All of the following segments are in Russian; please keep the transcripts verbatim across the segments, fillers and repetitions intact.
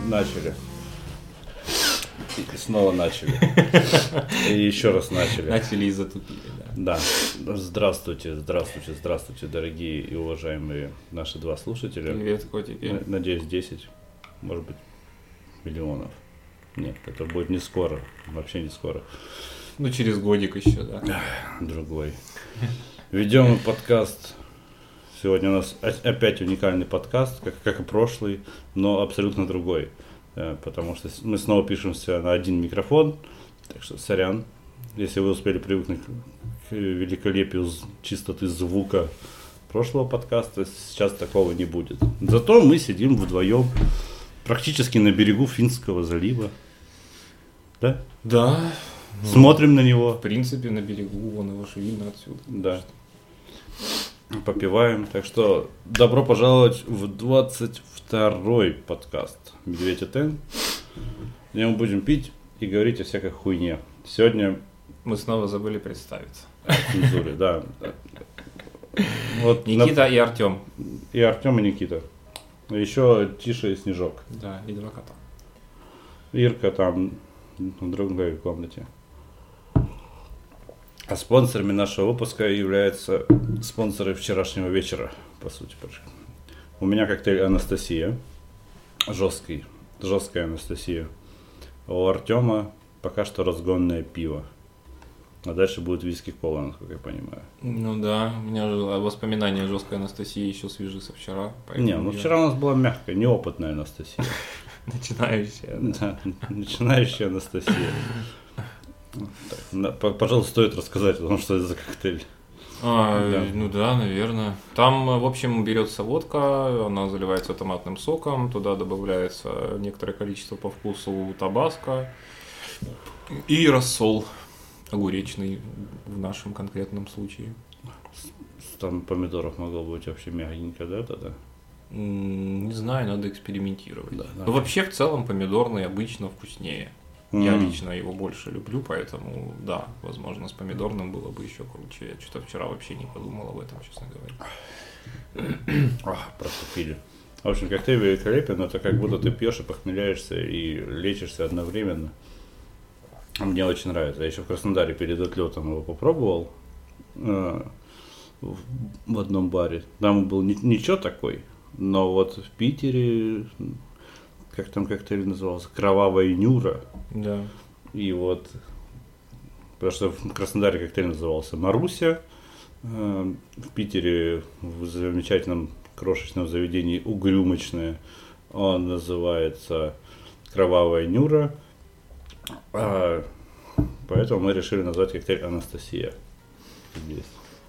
Начали. И снова начали. И еще раз начали. Начали и затупили, да. Да. Здравствуйте, здравствуйте, здравствуйте, дорогие и уважаемые наши два слушателя. Привет, котики. Надеюсь, десять, может быть, миллионов. Нет, это будет не скоро, вообще не скоро. Ну, через годик еще, да. Другой. Ведем подкаст. Сегодня у нас опять уникальный подкаст, как, как и прошлый, но абсолютно другой. Потому что мы снова пишемся на один микрофон. Так что сорян, если вы успели привыкнуть к великолепию чистоты звука прошлого подкаста, сейчас такого не будет. Зато мы сидим вдвоем практически на берегу Финского залива. Да? Да. Смотрим на него. В принципе, на берегу, вон его же видно отсюда. Да. Попиваем. Так что добро пожаловать в двадцать второй подкаст Медведь и Тен, где мы будем пить и говорить о всякой хуйне. Сегодня мы снова забыли представиться. Цензуре, да. Вот Никита на... и Артем. И Артем, и Никита. Еще Тиша и Снежок. Да, и два кота. Ирка там в другой комнате. А спонсорами нашего выпуска являются спонсоры вчерашнего вечера, по сути. У меня коктейль Анастасия, жесткий, жесткая Анастасия. А у Артема пока что разгонное пиво. А дальше будет виски кола, насколько я понимаю. Ну да, у меня воспоминания о жесткой Анастасии еще свежи со вчера. Не, ну я... вчера у нас была мягкая, неопытная Анастасия. Начинающая. Да, начинающая Анастасия. Пожалуйста, стоит рассказать о том, что это за коктейль. А, да. Ну да, наверное. Там, в общем, берется водка, она заливается томатным соком, туда добавляется некоторое количество по вкусу табаско и рассол огуречный в нашем конкретном случае. Там помидоров могло быть вообще мягенько, да, тогда? Не знаю, надо экспериментировать. Да, да. Но вообще в целом помидорный обычно вкуснее. Mm. Я лично его больше люблю, поэтому да, возможно, с помидорным было бы еще круче. Я что-то вчера вообще не подумал об этом, честно говоря. Ах, просто пили. В общем, коктейль великолепен, но это как будто ты пьешь и похмеляешься и лечишься одновременно. Мне очень нравится. Я еще в Краснодаре перед отлетом его попробовал э, в, в одном баре. Там был ни, ничего такой, но вот в Питере, как там коктейль назывался, Кровавая Нюра. Да. И вот, потому что в Краснодаре коктейль назывался Маруся, э, в Питере в замечательном крошечном заведении Угрюмочное он называется Кровавая Нюра. А, поэтому мы решили назвать коктейль Анастасия. Здесь.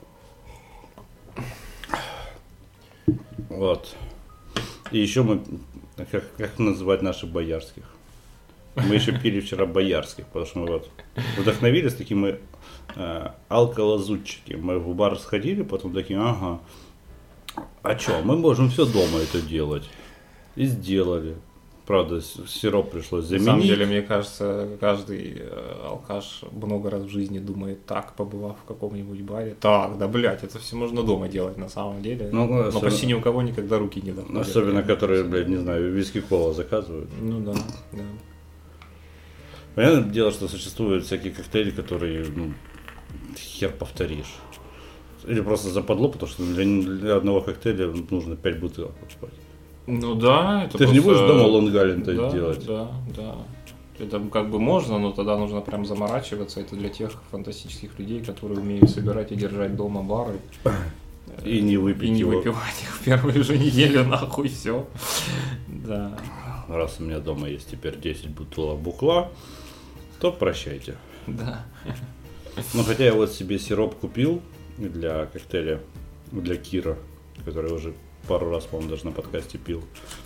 Вот. И еще мы, как, как называть наших боярских? Мы еще пили вчера боярских, потому что мы вот вдохновились таким мы э, алколазутчики. Мы в бар сходили, потом такие, ага, а что, мы можем все дома это делать. И сделали. Правда, сироп пришлось заменить. На самом деле, мне кажется, каждый э, алкаш много раз в жизни думает так, побывав в каком-нибудь баре. Так, да, блядь, это все можно дома делать на самом деле. Ну, но особенно, почти ни у кого никогда руки не доходят. Особенно, которые, блядь, не знаю, виски кола заказывают. Ну да, да. Понятное дело, что существуют всякие коктейли, которые, ну, хер повторишь. Или просто западло, потому что для, для одного коктейля нужно пять бутылок покупать. Ну да, это Ты просто... же не будешь дома лонг-айленд да, делать. Да, да. Это как бы можно, но тогда нужно прям заморачиваться. Это для тех фантастических людей, которые умеют собирать и держать дома бары. И не выпить И не его. выпивать их в первую же неделю, нахуй, все. Да. Раз у меня дома есть теперь десять бутылок бухла, то прощайте. Да. Ну, хотя я вот себе сироп купил для коктейля, для Кира, который уже пару раз, по-моему, даже на подкасте пил.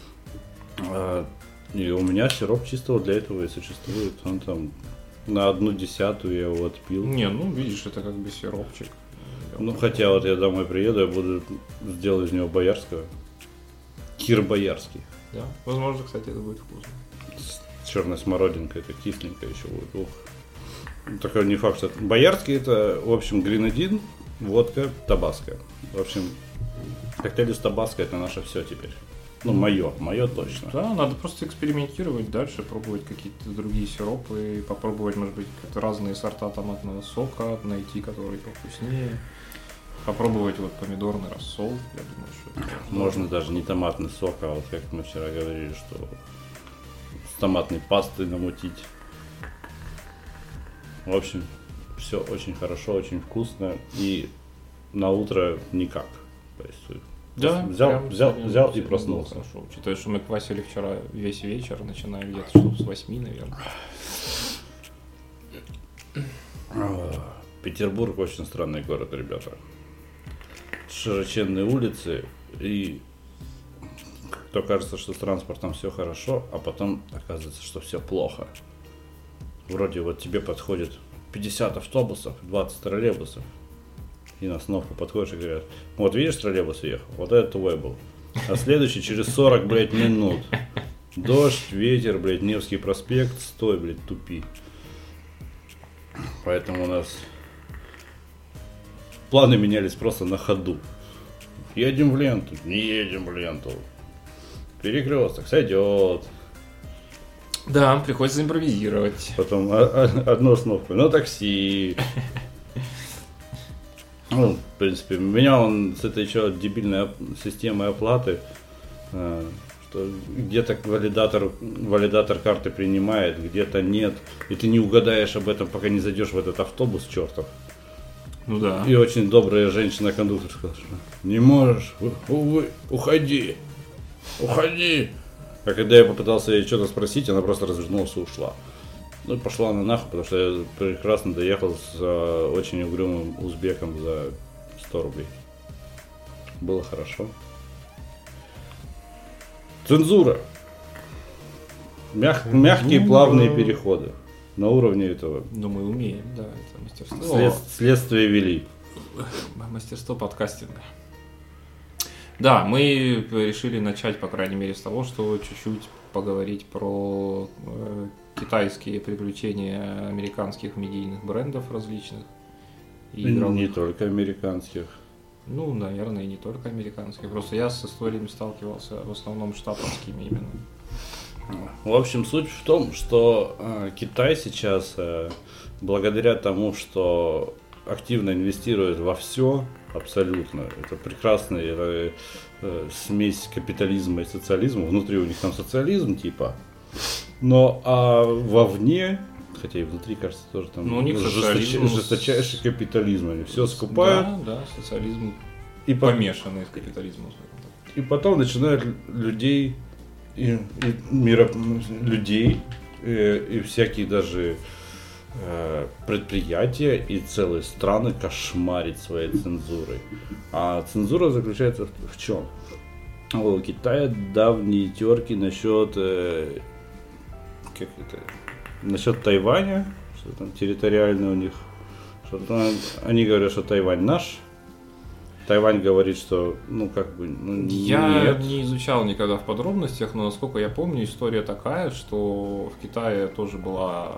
И у меня сироп чистого для этого и существует. Он там на одну десятую я его отпил. Не, ну видишь, это как бы сиропчик. Ну, хотя вот я домой приеду, я буду сделать из него боярского. Кир боярский. Да, возможно, кстати, это будет вкусно. С черной смородинкой, это кисленько еще будет. Ух. Такой не факт, что... Боярский это, в общем, гренадин, водка, табаско. В общем, коктейли с табаско это наше все теперь. Ну, мое, мое точно. Да, надо просто экспериментировать дальше, пробовать какие-то другие сиропы, попробовать, может быть, разные сорта томатного сока, найти, который повкуснее. Попробовать вот помидорный рассол, я думаю, что это можно даже не томатный сок, а вот как мы вчера говорили, что с томатной пастой намутить. В общем, все очень хорошо, очень вкусно и на утро никак. То есть да, взял, взял, взял и проснулся. Хорошо. Учитывая, что мы квасили вчера весь вечер, начиная где-то часов с восьми, наверное. Петербург очень странный город, ребята. Широченные улицы, и то кажется, что с транспортом все хорошо, а потом оказывается, что все плохо. Вроде вот тебе подходит пятьдесят автобусов, двадцать троллейбусов, и на остановку подходишь и говорят: вот видишь, троллейбус ехал, вот это твой был. А следующий через сорок, блядь, минут. Дождь, ветер, блядь, Невский проспект, стой, блядь, тупи. Поэтому у нас планы менялись просто на ходу. Едем в ленту, не едем в ленту. Перекресток сойдет. Да, приходится импровизировать. Потом одну остановку на такси. Ну, в принципе, меня он с этой еще дебильной системой оплаты, что где-то валидатор, валидатор карты принимает, где-то нет. И ты не угадаешь об этом, пока не зайдешь в этот автобус чертов. Ну да. И очень добрая женщина-кондуктор сказала, что не можешь, увы, уходи, уходи. А когда я попытался ей что-то спросить, она просто развернулась и ушла. Ну и пошла она нахуй, потому что я прекрасно доехал с а, очень угрюмым узбеком за сто рублей. Было хорошо. Цензура. Мяг, мягкие плавные переходы. На уровне этого. Ну, мы умеем, да, это мастерство. След, следствие вели. Мастерство подкастинга. Да, мы решили начать, по крайней мере, с того, что чуть-чуть поговорить про э, китайские приключения американских медийных брендов различных. И не только американских. Ну, наверное, и не только американских. Просто я с историями сталкивался в основном штатовскими именно. В общем, суть в том, что э, Китай сейчас, э, благодаря тому, что активно инвестирует во все, абсолютно, это прекрасная э, э, смесь капитализма и социализма, внутри у них там социализм типа, но а вовне, хотя и внутри, кажется, тоже там ну, у них жесточ... жесточайший капитализм, они все скупают. Да, да, социализм и помешанный с капитализмом. И потом начинают людей И, и миро, людей, и, и всякие даже э, предприятия и целые страны кошмарить своей цензурой. А цензура заключается в, в чем? У Китая давние терки насчет, э, как это, насчет Тайваня, что там территориально у них, что там, они говорят, что Тайвань наш. Тайвань говорит, что, ну, как бы, ну, я нет. не изучал никогда в подробностях, но, насколько я помню, история такая, что в Китае тоже была,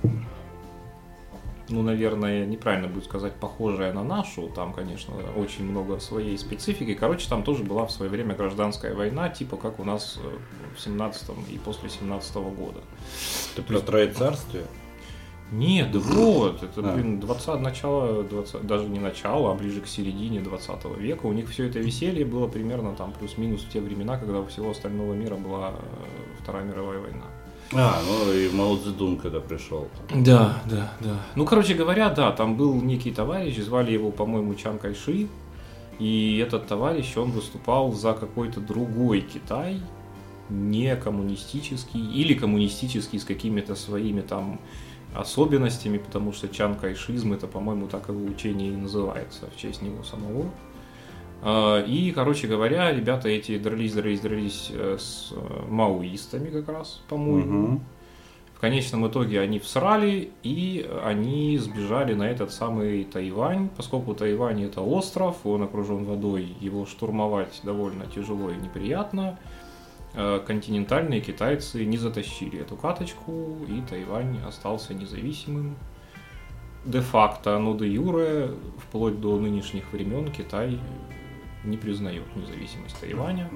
ну, наверное, неправильно будет сказать, похожая на нашу. Там, конечно, очень много своей специфики. Короче, там тоже была в свое время гражданская война, типа как у нас в семнадцатом и после семнадцатого года. Ты про Троецарствие? Нет, да вот, это, а. блин, двадцатое, начало, двадцатого, даже не начало, а ближе к середине двадцатого века. У них все это веселье было примерно там плюс-минус в те времена, когда у всего остального мира была Вторая мировая война. А, ну и Мао Цзэдун когда пришел. Да, да, да. Ну, короче говоря, да, там был некий товарищ, звали его, по-моему, Чан Кайши, и этот товарищ, он выступал за какой-то другой Китай, не коммунистический, или коммунистический с какими-то своими там особенностями, потому что Чан Кайшизм, это, по-моему, так его учение и называется, в честь него самого. И, короче говоря, ребята эти дрались, дрались, дрались с маоистами как раз, по-моему. Угу. В конечном итоге они всрали, и они сбежали на этот самый Тайвань. Поскольку Тайвань это остров, он окружен водой, его штурмовать довольно тяжело и неприятно. Континентальные китайцы не затащили эту каточку, и Тайвань остался независимым. Де-факто, но де-юре, вплоть до нынешних времен Китай не признает независимость Тайваня.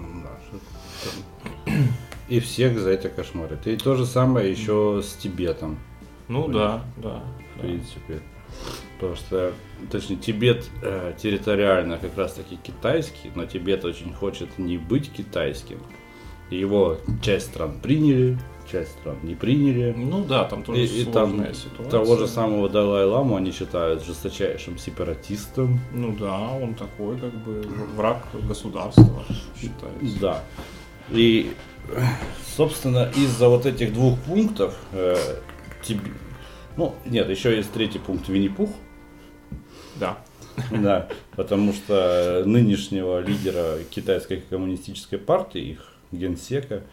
И всех за это кошмарят. И то же самое еще с Тибетом. Ну да, да. В принципе. Потому что, точнее, Тибет э, территориально как раз таки китайский, но Тибет очень хочет не быть китайским. Его часть стран приняли, часть стран не приняли. Ну да, там тоже и, сложная и там ситуация. Того же самого Далай-ламу они считают жесточайшим сепаратистом. Ну да, он такой как бы враг государства считается. Да. И, собственно, из-за вот этих двух пунктов, э, Тиб... ну нет, еще есть третий пункт Винни-Пух. Да. Да, потому что нынешнего лидера китайской коммунистической партии, их генсека,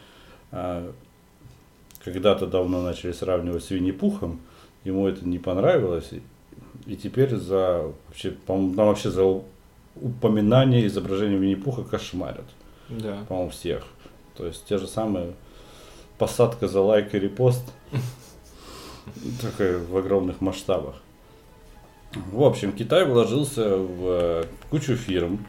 когда-то давно начали сравнивать с Винни-Пухом, ему это не понравилось, и теперь за вообще, по-моему, там вообще за упоминание изображения Винни-Пуха кошмарят. Да. По-моему, всех. То есть те же самые посадка за лайк и репост, такая в огромных масштабах. В общем, Китай вложился в кучу фирм.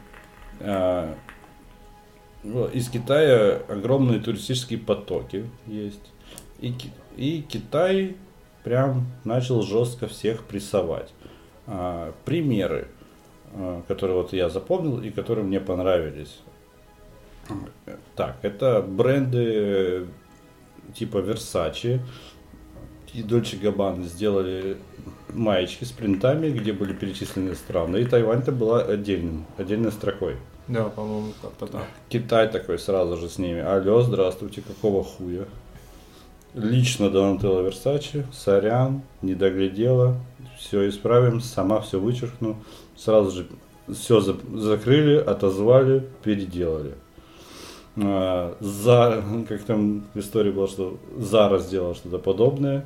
Из Китая огромные туристические потоки есть. И, и Китай прям начал жестко всех прессовать. Примеры, которые вот я запомнил и которые мне понравились. Так, это бренды типа Versace и Dolce Gabbana сделали маечки с принтами, где были перечислены страны, и Тайвань-то была отдельным, отдельной строкой. Да, по-моему, как-то так. Китай такой сразу же с ними: алло, здравствуйте, какого хуя? Лично Донателло Версаче, сорян, не доглядела, все исправим, сама все вычеркну. Сразу же все за- закрыли, отозвали, переделали. А, за, как там в истории было, что Зара сделала что-то подобное.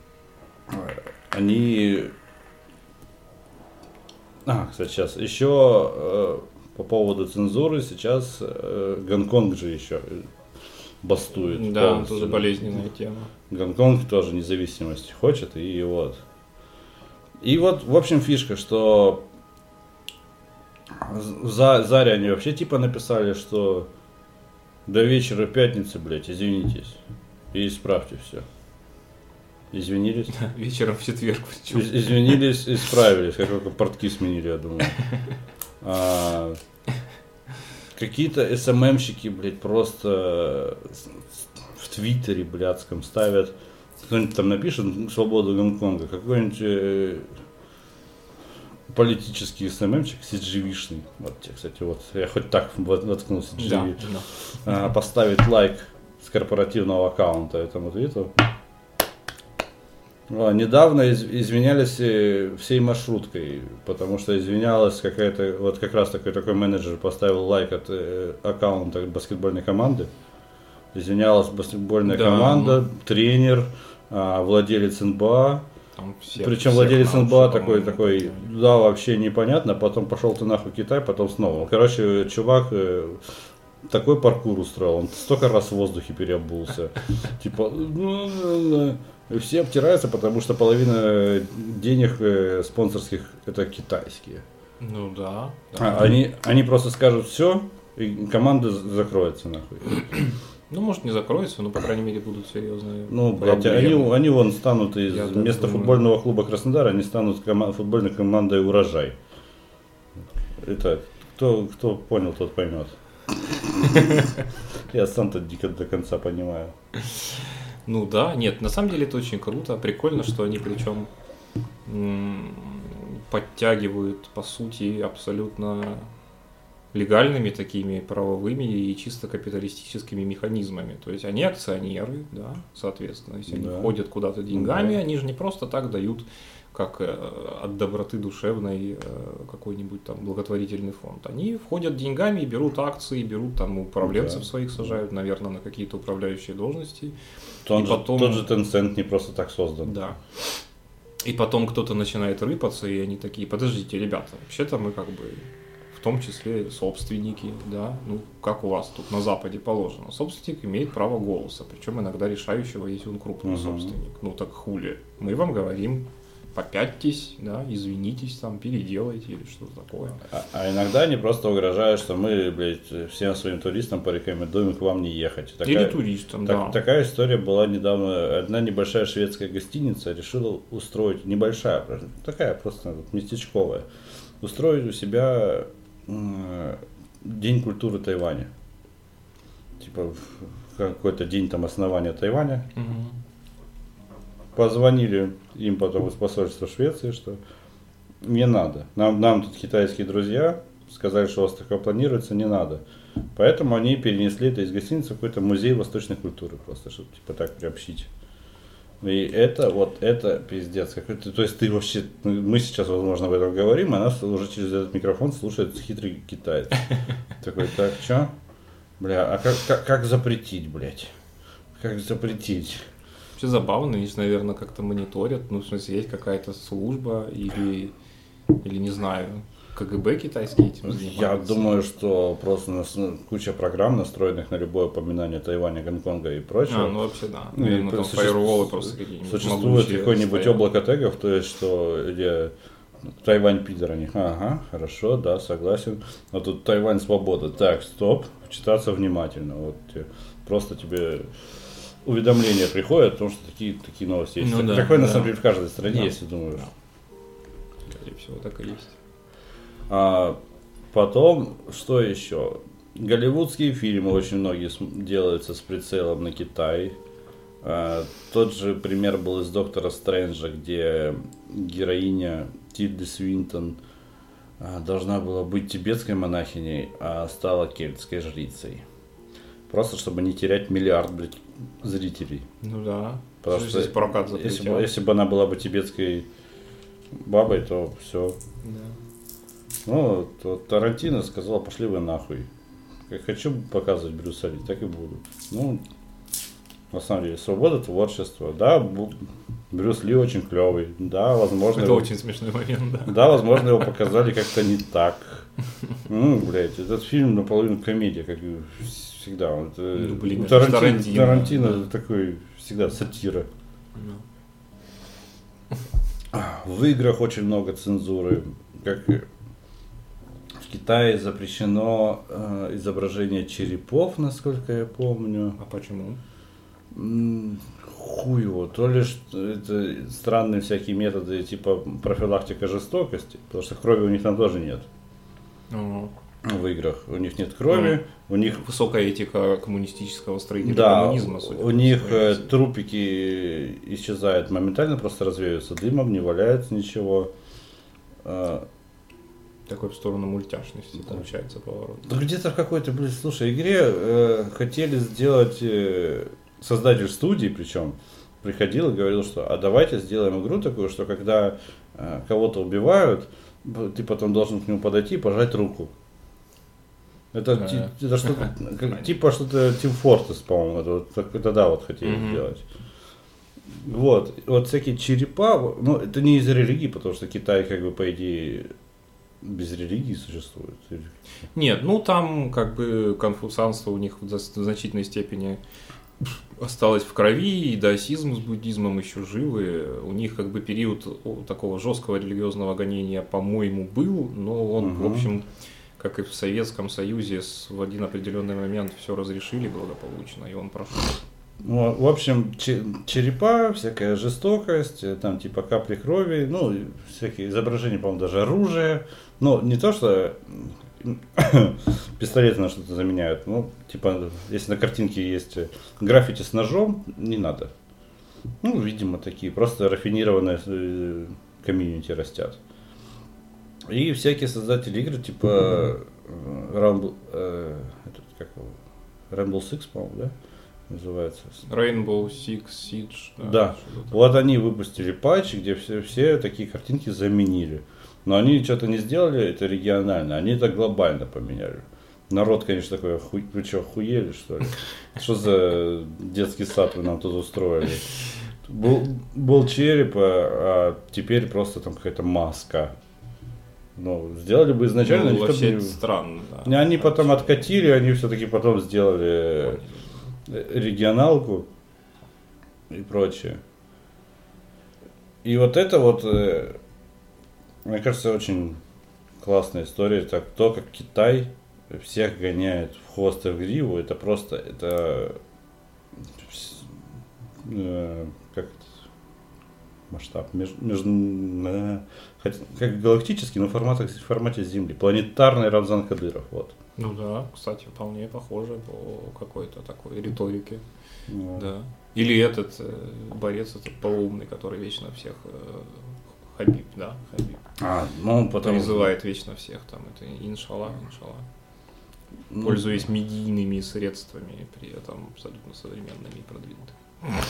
Они... А, кстати, сейчас еще э, по поводу цензуры, сейчас э, Гонконг же еще бастует. Да, полностью. тоже болезненная тема. Гонконг тоже независимости хочет, и вот. И вот, в общем, фишка, что в Заре они вообще типа написали, что до вечера пятницы, блядь, извинитесь и исправьте все. Извинились? Вечером в четверг. Из- извинились, исправились, как только портки сменили, я думаю. А, какие-то эс эм эм-щики, блядь, просто в Твиттере блядском ставят, кто-нибудь там напишет «Свободу Гонконга», какой-нибудь э, политический эс эм эм-щик, си джи ви-шный, вот тебе, кстати, вот, я хоть так воткнул си джи ви, Да, да. а, поставить лайк с корпоративного аккаунта этому твиту. А, недавно из, извинялись всей маршруткой, потому что извинялась какая-то, вот как раз такой, такой менеджер поставил лайк от э, аккаунта баскетбольной команды. Извинялась баскетбольная Да, команда, ну. тренер, а, владелец эн бэ а. Там всех, Причем всех владелец эн бэ а нарушил, такой, по-моему, такой, да. да, вообще непонятно, потом пошел ты нахуй Китай, потом снова. Короче, чувак э, такой паркур устроил, он столько раз в воздухе переобулся. Типа, все обтираются, потому что половина денег э, спонсорских это китайские. Ну да. А, да. они, они просто скажут все, и команда закроется нахуй. Ну, может, не закроется, но, по крайней мере, будут серьезные Ну, блядь, они, проблемы. они вон станут из Я так вместо думаю. футбольного клуба Краснодар, они станут кома- футбольной командой «Урожай». Это кто, кто понял, тот поймет. Я сам-то дико до конца понимаю. Ну да, нет, на самом деле это очень круто, прикольно, что они причем м, подтягивают, по сути, абсолютно легальными такими правовыми и чисто капиталистическими механизмами. То есть они акционеры, да, соответственно, если они Да. входят куда-то деньгами, Да. они же не просто так дают, как э, от доброты душевной э, какой-нибудь там благотворительный фонд. Они входят деньгами и берут акции, берут там управленцев Да. своих, сажают, наверное, на какие-то управляющие должности. Тот, И же, потом- тот же Tencent не просто так создан. Да. И потом кто-то начинает рыпаться, и они такие: подождите, ребята, вообще-то мы как бы в том числе собственники, да, ну как у вас тут на Западе положено. Собственник имеет право голоса, причем иногда решающего, если он крупный Мгм. собственник. Ну так хули. Мы вам говорим, попятьтесь, да, извинитесь, там, переделайте или что-то такое. А, а иногда они просто угрожают, что мы, блядь, всем своим туристам порекомендуем к вам не ехать. Такая, или туристам, так, да. Такая история была недавно. Одна небольшая шведская гостиница решила устроить, небольшая, такая просто местечковая, устроить у себя э, День культуры Тайваня. Типа какой-то день там основания Тайваня. Угу. Позвонили им потом из посольства Швеции, что не надо. Нам, нам тут китайские друзья сказали, что у вас такое планируется, не надо. Поэтому они перенесли это из гостиницы в какой-то музей восточной культуры, просто чтобы типа так приобщить. И это вот это пиздец какой-то. То есть ты вообще, мы сейчас, возможно, об этом говорим, а нас уже через этот микрофон слушает хитрый китаец. Такой, так, чё? Бля, а как, как, как запретить, блядь? Как запретить? Вообще забавно, они же, наверное, как-то мониторят, ну, в смысле, есть какая-то служба или, или не знаю, КГБ китайский этим занимается. Я думаю, что просто нас, куча программ, настроенных на любое упоминание Тайваня, Гонконга и прочего. А, ну вообще да. Наверное, там фаерволы просто какие-нибудь. Существует какое-нибудь облако тегов, то есть, что где Тайвань пидор, они, ага, хорошо, да, согласен. А тут Тайвань свобода. Так, стоп, читаться внимательно. Вот просто тебе уведомления приходят о том, что такие, такие новости есть. Ну, да, такое, да. На самом деле, в каждой стране да. есть, я думаю. Да. Скорее всего, так и есть. А потом, что еще? Голливудские фильмы очень многие делаются с прицелом на Китай. А, тот же пример был из Доктора Стрэнджа, где героиня Тильды Свинтон а, должна была быть тибетской монахиней, а стала кельтской жрицей. Просто чтобы не терять миллиард, блядь, зрителей. Ну да. Потому что, что прокат если, бы, если бы она была бы тибетской бабой, то все. Да. Ну, то Тарантино сказал, пошли вы нахуй. Как хочу показывать Брюса Ли, так и буду. Ну, на самом деле, свобода творчества. Да, Брюс Ли очень клевый. Да, возможно... Это его... очень смешной момент, да. Да, возможно, его показали как-то не так. Ну, блядь, этот фильм наполовину комедия, как всегда. Он, ну, блин, Тарантино, Тарантино, Тарантино да. Такой всегда сатира. No. В играх очень много цензуры. Как... В Китае запрещено э, изображение черепов, насколько я помню. А почему? М- хуй его. То ли что это странные всякие методы, типа профилактика жестокости, потому что крови у них там тоже нет. Угу. В играх у них нет крови, угу. у них высокая этика коммунистического строительного да, коммунизма. Судя у них э, трупики исчезают моментально, просто развеиваются дымом, не валяется ничего. Такой в сторону мультяшности да. Получается поворот. Да где-то в какой-то, блин, слушай, игре э, хотели сделать, э, создатель студии причем, приходил и говорил, что а давайте сделаем игру такую, что когда э, кого-то убивают, ты потом должен к нему подойти и пожать руку. Это, а, ти, это что-то, как, типа что-то Team Fortress, по-моему, это, вот, это да, вот хотели mm-hmm. сделать. Вот, вот всякие черепа, ну это не из-за религии, потому что Китай, как бы, по идее, без религии существует? Нет, ну там как бы конфуцианство у них в значительной степени осталось в крови, и даосизм с буддизмом еще живы. У них как бы период такого жесткого религиозного гонения, по-моему, был, но он, угу. в общем, как и в Советском Союзе, в один определенный момент все разрешили благополучно, и он прошел. Ну, в общем, черепа, всякая жестокость, там типа капли крови, ну, всякие изображения, по-моему, даже оружия. Ну, не то, что пистолеты на что-то заменяют, ну, типа, если на картинке есть граффити с ножом, не надо. Ну, видимо, такие просто рафинированные комьюнити растят. И всякие создатели игр, типа Rumble, э, этот, как его, Rainbow Six, по-моему, да? Называется. Rainbow Six Siege. Да, да. Вот они выпустили патч, где все, все такие картинки заменили. Но они что-то не сделали, это регионально, они это глобально поменяли. Народ, конечно, такой, оху... вы что, охуели, что ли? Что за детский сад вы нам тут устроили? Был, был череп, а теперь просто там какая-то маска. Ну, сделали бы изначально... Ну, вообще не... странно, да. Они потом откатили, они все-таки потом сделали регионалку и прочее. и вот это вот, мне кажется, очень классная история. Так, то, как Китай всех гоняет в хвост и в гриву, это просто, это как масштаб, меж, меж, как галактический, но в формате, в формате Земли. Планетарный Рамзан Кадыров, вот. Ну да, кстати, вполне похоже по какой-то такой риторике. Yeah. Да. Или этот э, борец, этот полуумный, который вечно всех э, Хабиб, да, Хабиб. А, ну потом призывает вечно всех там, это иншаллах, иншаллах. Ну, пользуясь медийными средствами, при этом абсолютно современными и продвинутыми.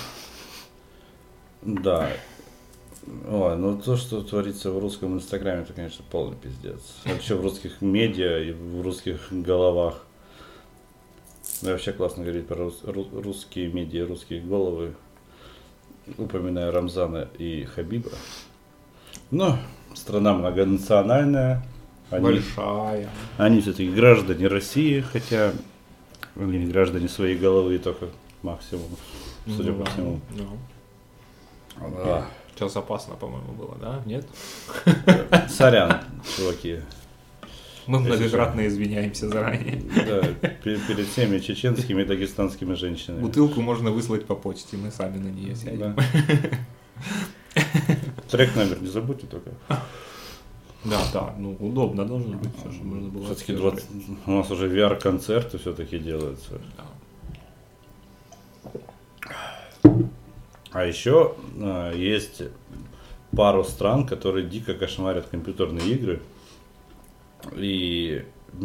Да. Ой, ну то, что творится в русском инстаграме, это, конечно, полный пиздец. Вообще в русских медиа и в русских головах. Вообще классно говорить про рус, русские медиа, русские головы, упоминая Рамзана и Хабиба. Но страна многонациональная. Они, большая. Они все-таки граждане России, хотя они граждане своей головы только максимум, судя ну, по всему. Ну. Да. Сейчас опасно, по-моему, было, да? Нет? Сорян, чуваки. Мы многократно извиняемся заранее. Да, перед всеми чеченскими и дагестанскими женщинами. Бутылку можно выслать по почте, мы сами на нее сядем. Да. Трек номер не забудьте только. Да, да, ну удобно должно быть все, чтобы можно было. Все-таки двадцать у нас уже ви ар-концерты все-таки делаются. Да. А еще а, есть пару стран, которые дико кошмарят компьютерные игры. И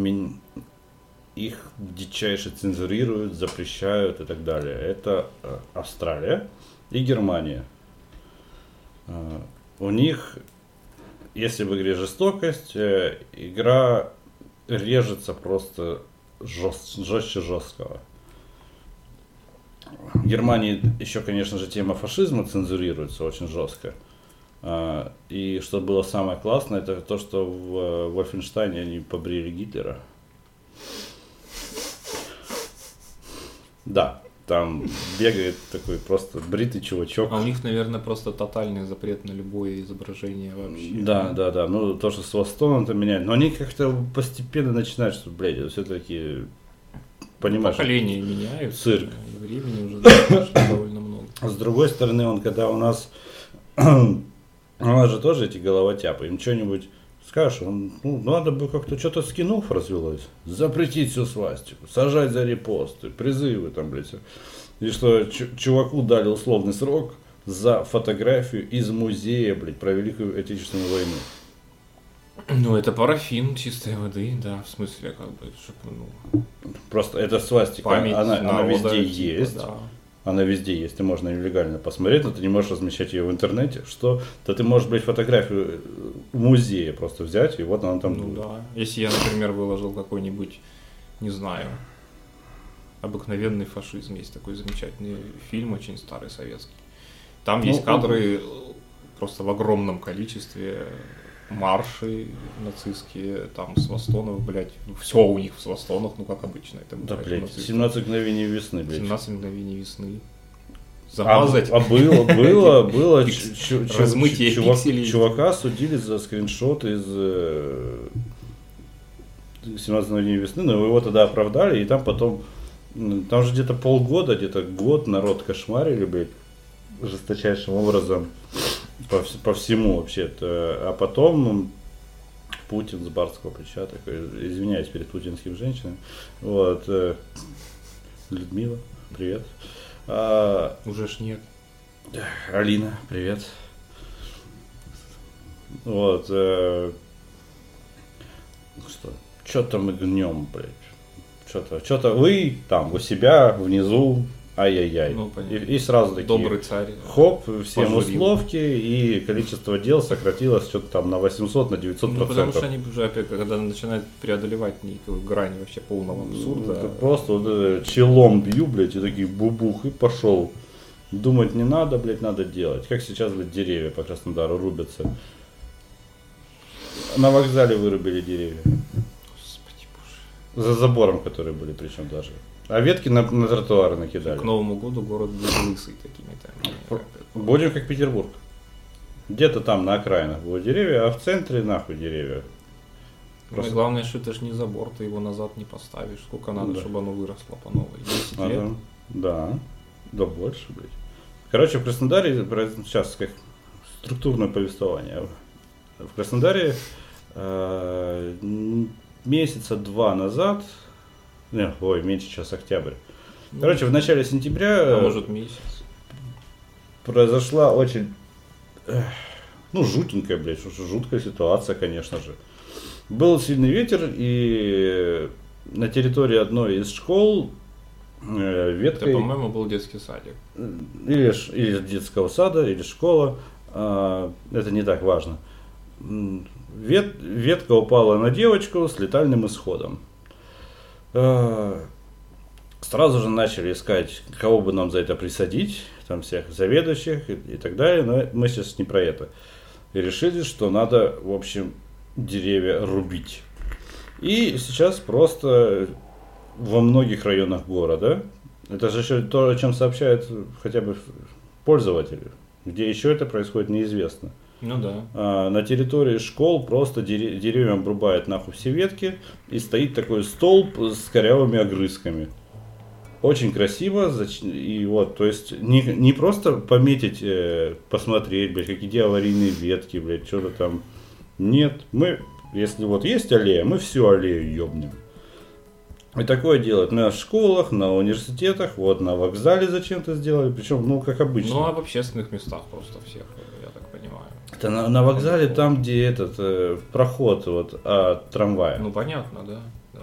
их дичайше цензурируют, запрещают и так далее. Это Австралия и Германия. У них, если в игре жестокость, игра режется просто жест, жестче жесткого. В Германии еще, конечно же, тема фашизма цензурируется очень жестко. И что было самое классное, это то, что в Вольфенштайне они побрили Гитлера. Да, там бегает такой просто бритый чувачок. А у них, наверное, просто тотальный запрет на любое изображение вообще. Да, да, да. Ну, то, что с Востоном-то меняют. Но они как-то постепенно начинают, что, блядь, все-таки понимаешь. Поколения меняют. Цирк. Времени уже довольно много. С другой стороны, он когда у нас... У нас же тоже эти головотяпы. Им что-нибудь скажешь, он, ну, надо бы как-то что-то скинув развелось. Запретить всю свастику, сажать за репосты, призывы там, блядь. И что ч- чуваку дали условный срок за фотографию из музея, блядь, про Великую Отечественную войну. Ну, это парафин чистой воды, да, в смысле, как бы, чтобы, ну... Просто эта свастика, память, она, она везде типа, есть. Да. Она везде есть, ты можно ее легально посмотреть, но ты не можешь размещать ее в интернете. Что? То ты можешь, блядь, фотографию музея просто взять, и вот она там ну, будет. Да. Если я, например, выложил какой-нибудь, не знаю, обыкновенный фашизм, есть такой замечательный фильм, очень старый, советский. Там ну, есть кадры ну, просто в огромном количестве, марши нацистские, там с Востонов, блядь, ну, все у них с Востонов, ну как обычно. Это, да, блядь, нацистов. семнадцать мгновений весны, блядь. семнадцать мгновений весны. Замазать. А, а было, было, было. Размытие пикселей. Чувака судили за скриншот из семнадцать мгновений весны, но его тогда оправдали, и там потом, там же где-то полгода, где-то год народ кошмарили, блядь, жесточайшим образом. По, по всему вообще-то. А потом Путин с барского плеча такой, извиняюсь перед путинскими женщинами. Вот. Людмила, привет. А, уже ж нет. Алина, привет. Вот. Э, что? Что-то мы гнем, блядь. Что-то, что-то вы там у себя внизу. Ай-яй-яй. Ну, и, и сразу такие. Добрый царь. Хоп, всем условки, и количество дел сократилось что-то там на восемьсот, на девятьсот процентов. Ну, потому что они уже опять, когда начинают преодолевать некую грань вообще полного абсурда. Это просто вот, челом бью, блядь, и такие бубух, и пошел. Думать не надо, блядь, надо делать. Как сейчас, блядь, деревья по Краснодару рубятся. На вокзале вырубили деревья. Господи боже. За забором, которые были, причем даже. А ветки на, на тротуары накидали. К Новому году город будет лысый какими-то. Будем как Петербург. Где-то там на окраинах будут деревья, а в центре нахуй деревья. Просто... Ну, главное, что это же не забор, ты его назад не поставишь. Сколько надо, да. чтобы оно выросло по новой? десять лет? А, да, да больше, блядь. Короче, в Краснодаре, сейчас как структурное повествование. В Краснодаре э, месяца два назад, не, ой, меньше, сейчас октябрь. Короче, в начале сентября... А может месяц. Произошла очень, ну, жутенькая, блядь, жуткая ситуация, конечно же. Был сильный ветер, и на территории одной из школ э, веткой... Это, по-моему, был детский садик. Или, или детского сада, или школа. Э, это не так важно. Вет, ветка упала на девочку с летальным исходом. Э, сразу же начали искать, кого бы нам за это присадить. Там всех заведующих и, и так далее, но мы сейчас не про это. И решили, что надо, в общем, деревья рубить. И сейчас просто во многих районах города, это же еще то, о чем сообщают хотя бы пользователи, где еще это происходит, неизвестно. Ну да. А, на территории школ просто дерев- деревьям обрубают нахуй все ветки, и стоит такой столб с корявыми огрызками. Очень красиво, и вот, то есть не, не просто пометить, э, посмотреть, блядь, какие аварийные ветки, блядь, что-то там. Нет, мы, если вот есть аллея, мы всю аллею ёбнем. И такое делают на школах, на университетах, вот на вокзале зачем-то сделали, причем, ну, как обычно. Ну, а в общественных местах просто всех, я так понимаю. Это на, на вокзале, там, где этот э, проход вот от трамвая. Ну, понятно, да. да.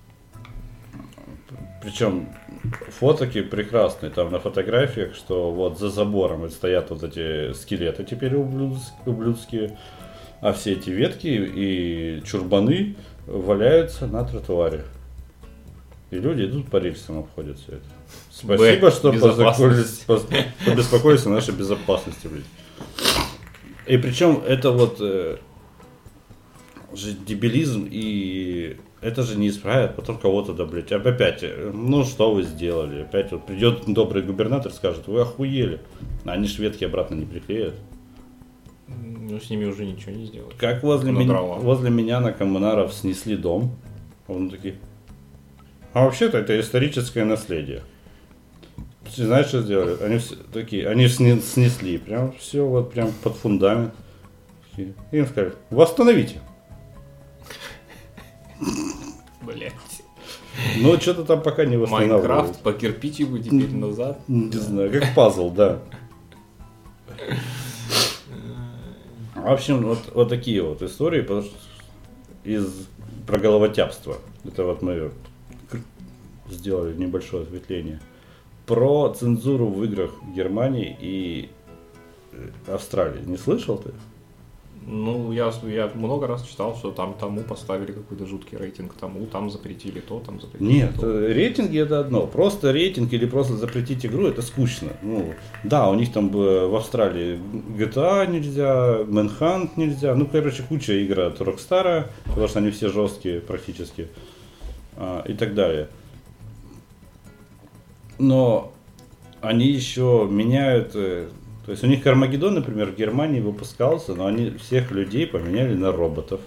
Причем фотоки прекрасные, там на фотографиях, что вот за забором стоят вот эти скелеты теперь ублюдские, а все эти ветки и чурбаны валяются на тротуаре. И люди идут по рельсам, обходят все это. Спасибо, Б, что побеспокоились о нашей безопасности, блядь. И причем это вот э, же дебилизм, и это же не исправят, потом кого-то, да, блядь, опять, ну что вы сделали, опять вот придет добрый губернатор, скажет, вы охуели, а они ж ветки обратно не приклеят. Ну с ними уже ничего не сделать. Как возле, меня, возле меня на Коммунаров снесли дом, он такие, а вообще-то это историческое наследие. Знаешь, что сделали? Они все такие, они снесли, прям все вот прям под фундамент. И им сказали, восстановите. Блять. Ну, что-то там пока не восстанавливают. Майнкрафт по кирпичику теперь назад. Не знаю, как пазл, да. В общем, вот, вот такие вот истории, потому что из про головотяпство. Это вот мы сделали небольшое ответвление. Про цензуру в играх Германии и Австралии. Не слышал ты? Ну, я, я много раз читал, что там тому поставили какой-то жуткий рейтинг, тому там запретили то, там запретили Нет, то. рейтинги это одно. Просто рейтинг или просто запретить игру, это скучно. Ну, да, у них там в Австралии джи ти эй нельзя, Manhunt нельзя. Ну, короче, куча игр от Rockstar, потому что они все жесткие практически. А, и так далее. Но они еще меняют... То есть у них Армагеддон, например, в Германии выпускался, но они всех людей поменяли на роботов.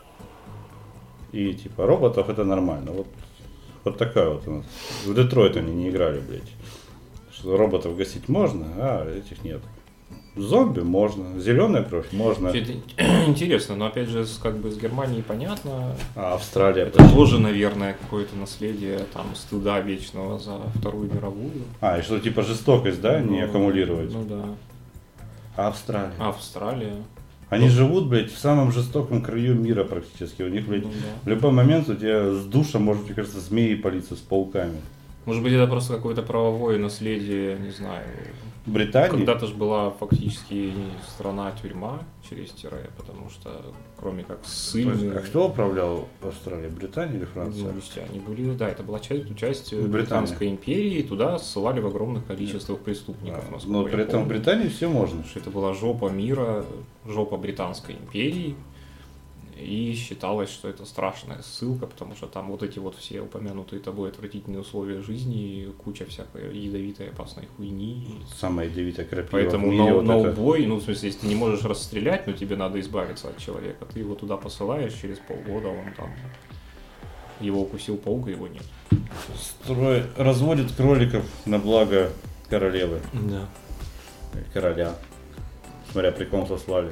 И типа роботов это нормально. Вот, вот такая вот у нас. В Детройт они не играли, блядь. Что роботов гасить можно, а этих нет. Зомби можно, зеленая кровь можно. Это интересно, но опять же, как бы с Германией понятно. А Австралия. Это почему? Тоже, наверное, какое-то наследие там стыда вечного за Вторую мировую. А, и что типа жестокость, да, ну, не аккумулировать? Ну да. А Австралия? Австралия. Они ну, живут, блядь, в самом жестоком краю мира практически. У них, блядь, ну, да. в любой момент у тебя с душа может, мне кажется, змеи палиться с пауками. Может быть, это просто какое-то правовое наследие, не знаю. Британия? Когда-то же была фактически страна-тюрьма через тире, потому что, кроме как ссыльные... А кто управлял Австралией? Британия или Франция? Ну, они были, да, это была часть, часть Британской империи, и туда ссылали в огромных количествах преступников. Да. Но при этом в Британии все можно. Что это была жопа мира, жопа Британской империи. И считалось, что это страшная ссылка, потому что там вот эти вот все упомянутые тобой отвратительные условия жизни, куча всякой ядовитой опасной хуйни. Самая ядовитая крапива. Поэтому на, вот на убой, ну в смысле, если ты не можешь расстрелять, но тебе надо избавиться от человека, ты его туда посылаешь, через полгода он там, его укусил паук, его нет. Строй... Разводит кроликов на благо королевы. Да. Короля. Смотря при ком сослали.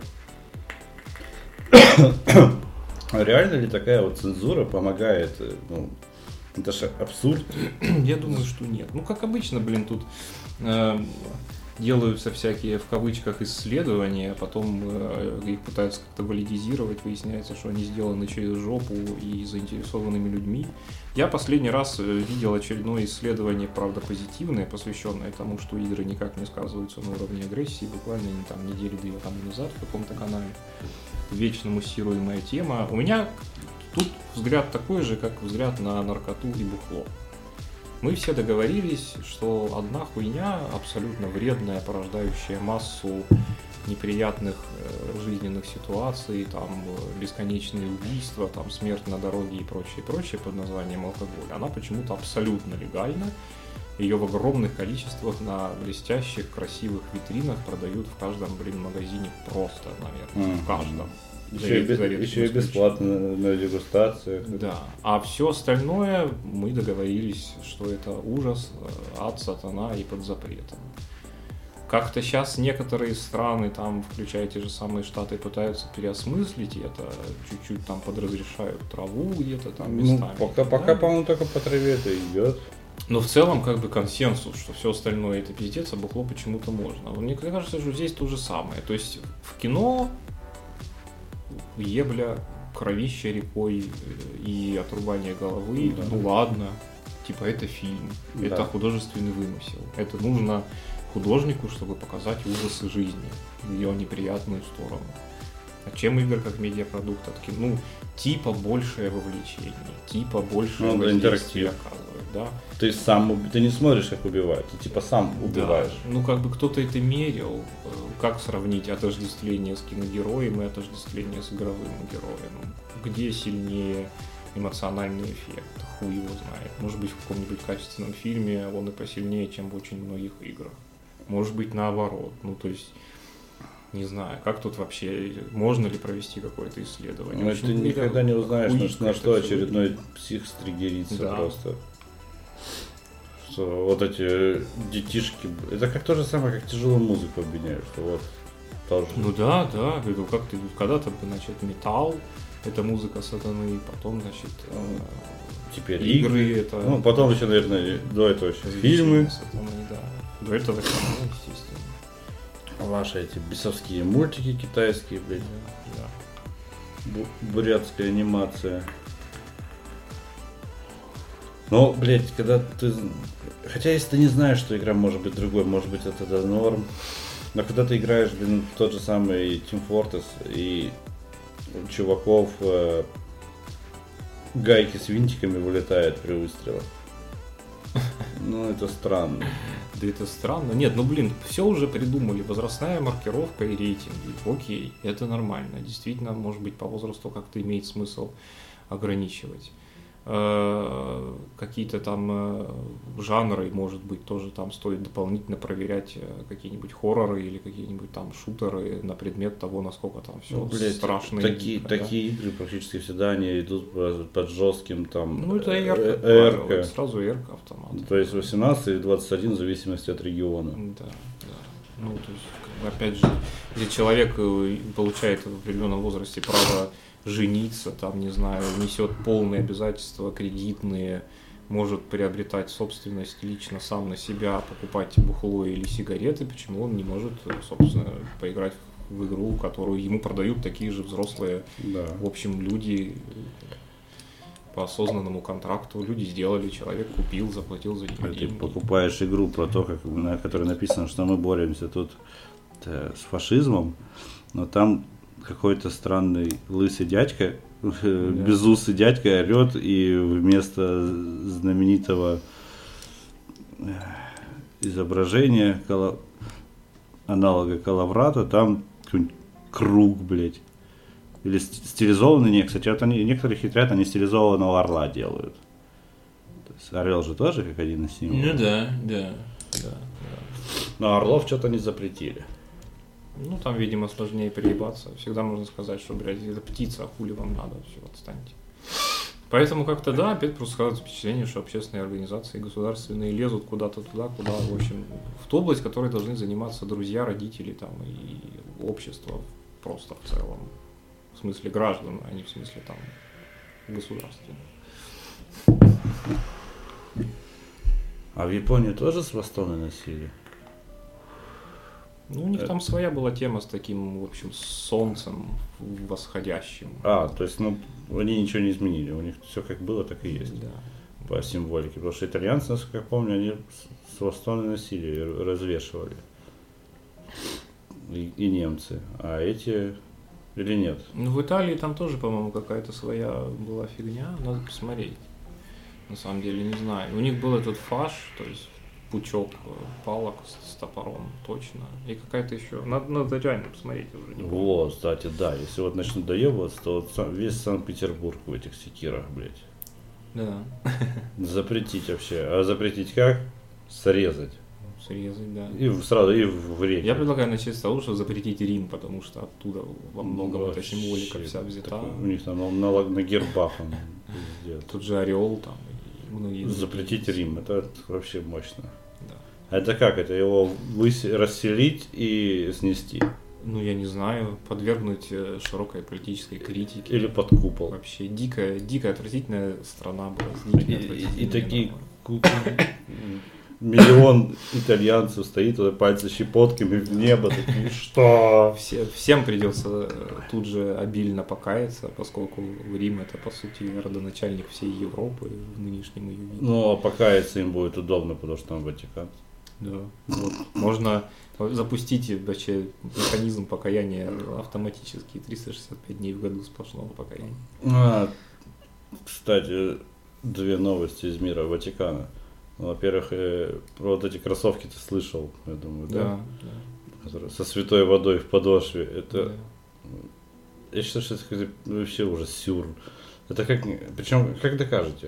Реально ли такая вот цензура помогает? Ну, это же абсурд. Я думаю, что нет. Ну, как обычно, блин, тут э, делаются всякие, в кавычках, исследования, а потом э, их пытаются как-то валидизировать, выясняется, что они сделаны через жопу и заинтересованными людьми. Я последний раз видел очередное исследование, правда, позитивное, посвященное тому, что игры никак не сказываются на уровне агрессии, буквально там недели-две тому назад в каком-то канале. Вечно муссируемая тема. У меня тут взгляд такой же, как взгляд на наркоту и бухло. Мы все договорились, что одна хуйня абсолютно вредная, порождающая массу неприятных э, жизненных ситуаций, там бесконечные убийства, там смерть на дороге и прочее, прочее под названием алкоголь. Она почему-то абсолютно легальна. Ее в огромных количествах на блестящих, красивых витринах продают в каждом, блин, магазине просто, наверное, mm. в каждом. Еще, и, без, еще и бесплатно на, на дегустациях. Да. А все остальное мы договорились, что это ужас, ад, сатана и под запретом. Как-то сейчас некоторые страны, там, включая те же самые Штаты, пытаются переосмыслить это, чуть-чуть там подразрешают траву где-то там местами. Ну, пока, пока, по-моему, только по траве это идет. Но в целом, как бы, консенсус, что все остальное это пиздец, а бухло почему-то можно. Мне кажется, что здесь то же самое. То есть в кино ебля, кровище рекой и отрубание головы, да. Ну ладно, типа это фильм, да. Это художественный вымысел. Это нужно художнику, чтобы показать ужасы жизни, ее неприятную сторону. А чем игры как медиапродукт от кино? Ну, типа большее вовлечение, типа большее ну, воздействие оказывает, да? Ты сам, ты не смотришь, как убивают, ты типа сам убиваешь. Да. Ну, как бы кто-то это мерил. Как сравнить отождествление с киногероем и отождествление с игровым героем? Где сильнее эмоциональный эффект? Хуй его знает. Может быть, в каком-нибудь качественном фильме он и посильнее, чем в очень многих играх. Может быть, наоборот. Ну, то есть, не знаю, как тут вообще, можно ли провести какое-то исследование? Ну, общем, ты никогда не узнаешь, на, на что очередной выглядит. Псих стригерится да. Просто. Что вот эти детишки, это как то же самое, как тяжелую музыку обвиняют, что вот тоже. Ну да, да, говорю, как ты когда-то, значит, металл, это музыка сатаны, потом, значит, теперь игры, игры, это. Ну, потом еще, наверное, до этого еще фильмы. Сатаны, да. До этого кино, естественно. Ваши эти бесовские мультики китайские, блядь. Да, да. Бурятская анимация. Но, блядь, когда ты... Хотя, если ты не знаешь, что игра может быть другой, может быть, это, это норм. Но когда ты играешь, блин, в тот же самый Team Fortress, и у чуваков э, гайки с винтиками вылетают при выстрелах. Ну, это странно. Да это странно. Нет, ну, блин, все уже придумали. Возрастная маркировка и рейтинги. Окей, это нормально. Действительно, может быть, по возрасту как-то имеет смысл ограничивать. Какие-то там жанры, может быть, тоже там стоит дополнительно проверять какие-нибудь хорроры или какие-нибудь там шутеры на предмет того, насколько там все ну, блядь, страшно. Такие, дико, такие да? игры практически всегда они идут под жестким там. Ну это эрка, сразу эрка автомат. То есть восемнадцать или двадцать один в зависимости от региона. Да, да. Ну то есть, опять же, если человек получает в определенном возрасте право жениться, там, не знаю, несет полные обязательства кредитные, может приобретать собственность лично сам на себя, покупать бухло или сигареты, почему он не может, собственно, поиграть в игру, которую ему продают такие же взрослые, да. В общем, люди по осознанному контракту. Люди сделали, человек купил, заплатил за него деньги. Ты покупаешь игру про то, как, на которой написано, что мы боремся тут с фашизмом, но там какой-то странный лысый дядька, да. безусый дядька орет, и вместо знаменитого изображения коло... аналога Калаврата там круг, блядь. Или стилизованный, нет, кстати, вот они, некоторые хитрят, они стилизованного орла делают. То есть орел же тоже как один из символов. Ну да, да, да, да. Но орлов что-то не запретили. Ну там, видимо, сложнее переебаться. Всегда можно сказать, что, блядь, это птица, а хули вам надо, все, отстаньте. Поэтому как-то, да, опять просто складывается впечатление, что общественные организации государственные лезут куда-то туда, куда, в общем, в ту область, которой должны заниматься друзья, родители там и общество просто в целом. В смысле граждан, а не в смысле там государства. А в Японии тоже с бастоны носили? Ну, у них там своя была тема с таким, в общем, солнцем восходящим. А, то есть, ну, они ничего не изменили, у них все как было, так и есть. Да. По символике. Потому что итальянцы, насколько я помню, они с бастоны носили, развешивали. И, и немцы. А эти или нет? Ну, в Италии там тоже, по-моему, какая-то своя была фигня. Надо посмотреть. На самом деле, не знаю. У них был этот фаш, то есть пучок палок с, с топором, точно. И какая-то еще. Надо, надо реально посмотреть уже. Не вот, кстати, да. Если вот начнут доебываться, то вот весь Санкт-Петербург в этих секирах, блядь. Да. Запретить вообще. А запретить как? Срезать. Срезать, да. И сразу, и в реке. Я предлагаю начать с того, что запретить Рим, потому что оттуда во многом эта символика вся взята. Такой, у них там на, на, на гербах он везде. Тут же орел там и многие. Запретить Рим, это вообще мощно. Да. А это как? Это его высе- расселить и снести? Ну, я не знаю, подвергнуть широкой политической критике. Или под купол? Вообще дикая, дикая, отвратительная страна была. С дикими, И, и такие ку- миллион итальянцев стоит, туда пальцы щепотками в небо, такие, что? Все, всем придется тут же обильно покаяться, поскольку Рим это, по сути, родоначальник всей Европы в нынешнем ее виде. Ну, а покаяться им будет удобно, потому что там Ватикан. Да. Вот. Можно запустить вообще механизм покаяния автоматически, триста шестьдесят пять дней в году сплошного покаяния. А, кстати, две новости из мира Ватикана. Во-первых, э, про вот эти кроссовки ты слышал, я думаю, да? Да, да. Которые со святой водой в подошве. Это, Да. я считаю, что это вообще уже сюр. Это как, причем, как докажете?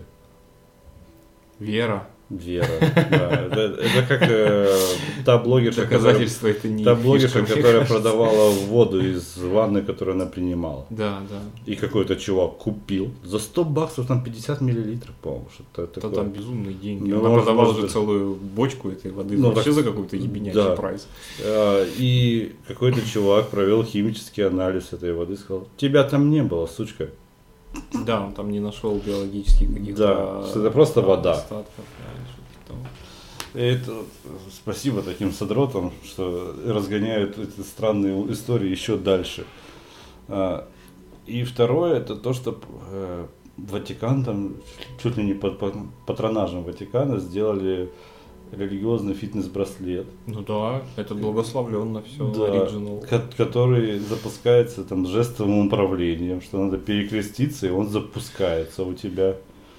Вера. Вера. Да. Это, это как э, та блогерша, Доказательство которая, это не та блогерша, фишка, которая кажется. продавала воду из ванны, которую она принимала. Да, да. И какой-то чувак купил за сто баксов, там пятьдесят миллилитров, по-моему, что-то Да такое. там безумные деньги. Ну, Она может, продавала может, же целую бочку этой воды. Ну, Вообще так- за какой-то ебенячий да. прайс. А, И какой-то чувак провел химический анализ этой воды, сказал, тебя там не было, сучка. Да, он там не нашел биологических каких-то Да, что это просто да, вода. остатков, да, или что-то там. Это спасибо таким содротам, что разгоняют эти странные истории еще дальше. А, И второе, это то, что э, Ватикан там, чуть ли не под пат- патронажем Ватикана сделали религиозный фитнес-браслет. Ну да, это благословленно все, Да, оригинал. ко- который запускается там жестовым управлением, что надо перекреститься, и он запускается у тебя.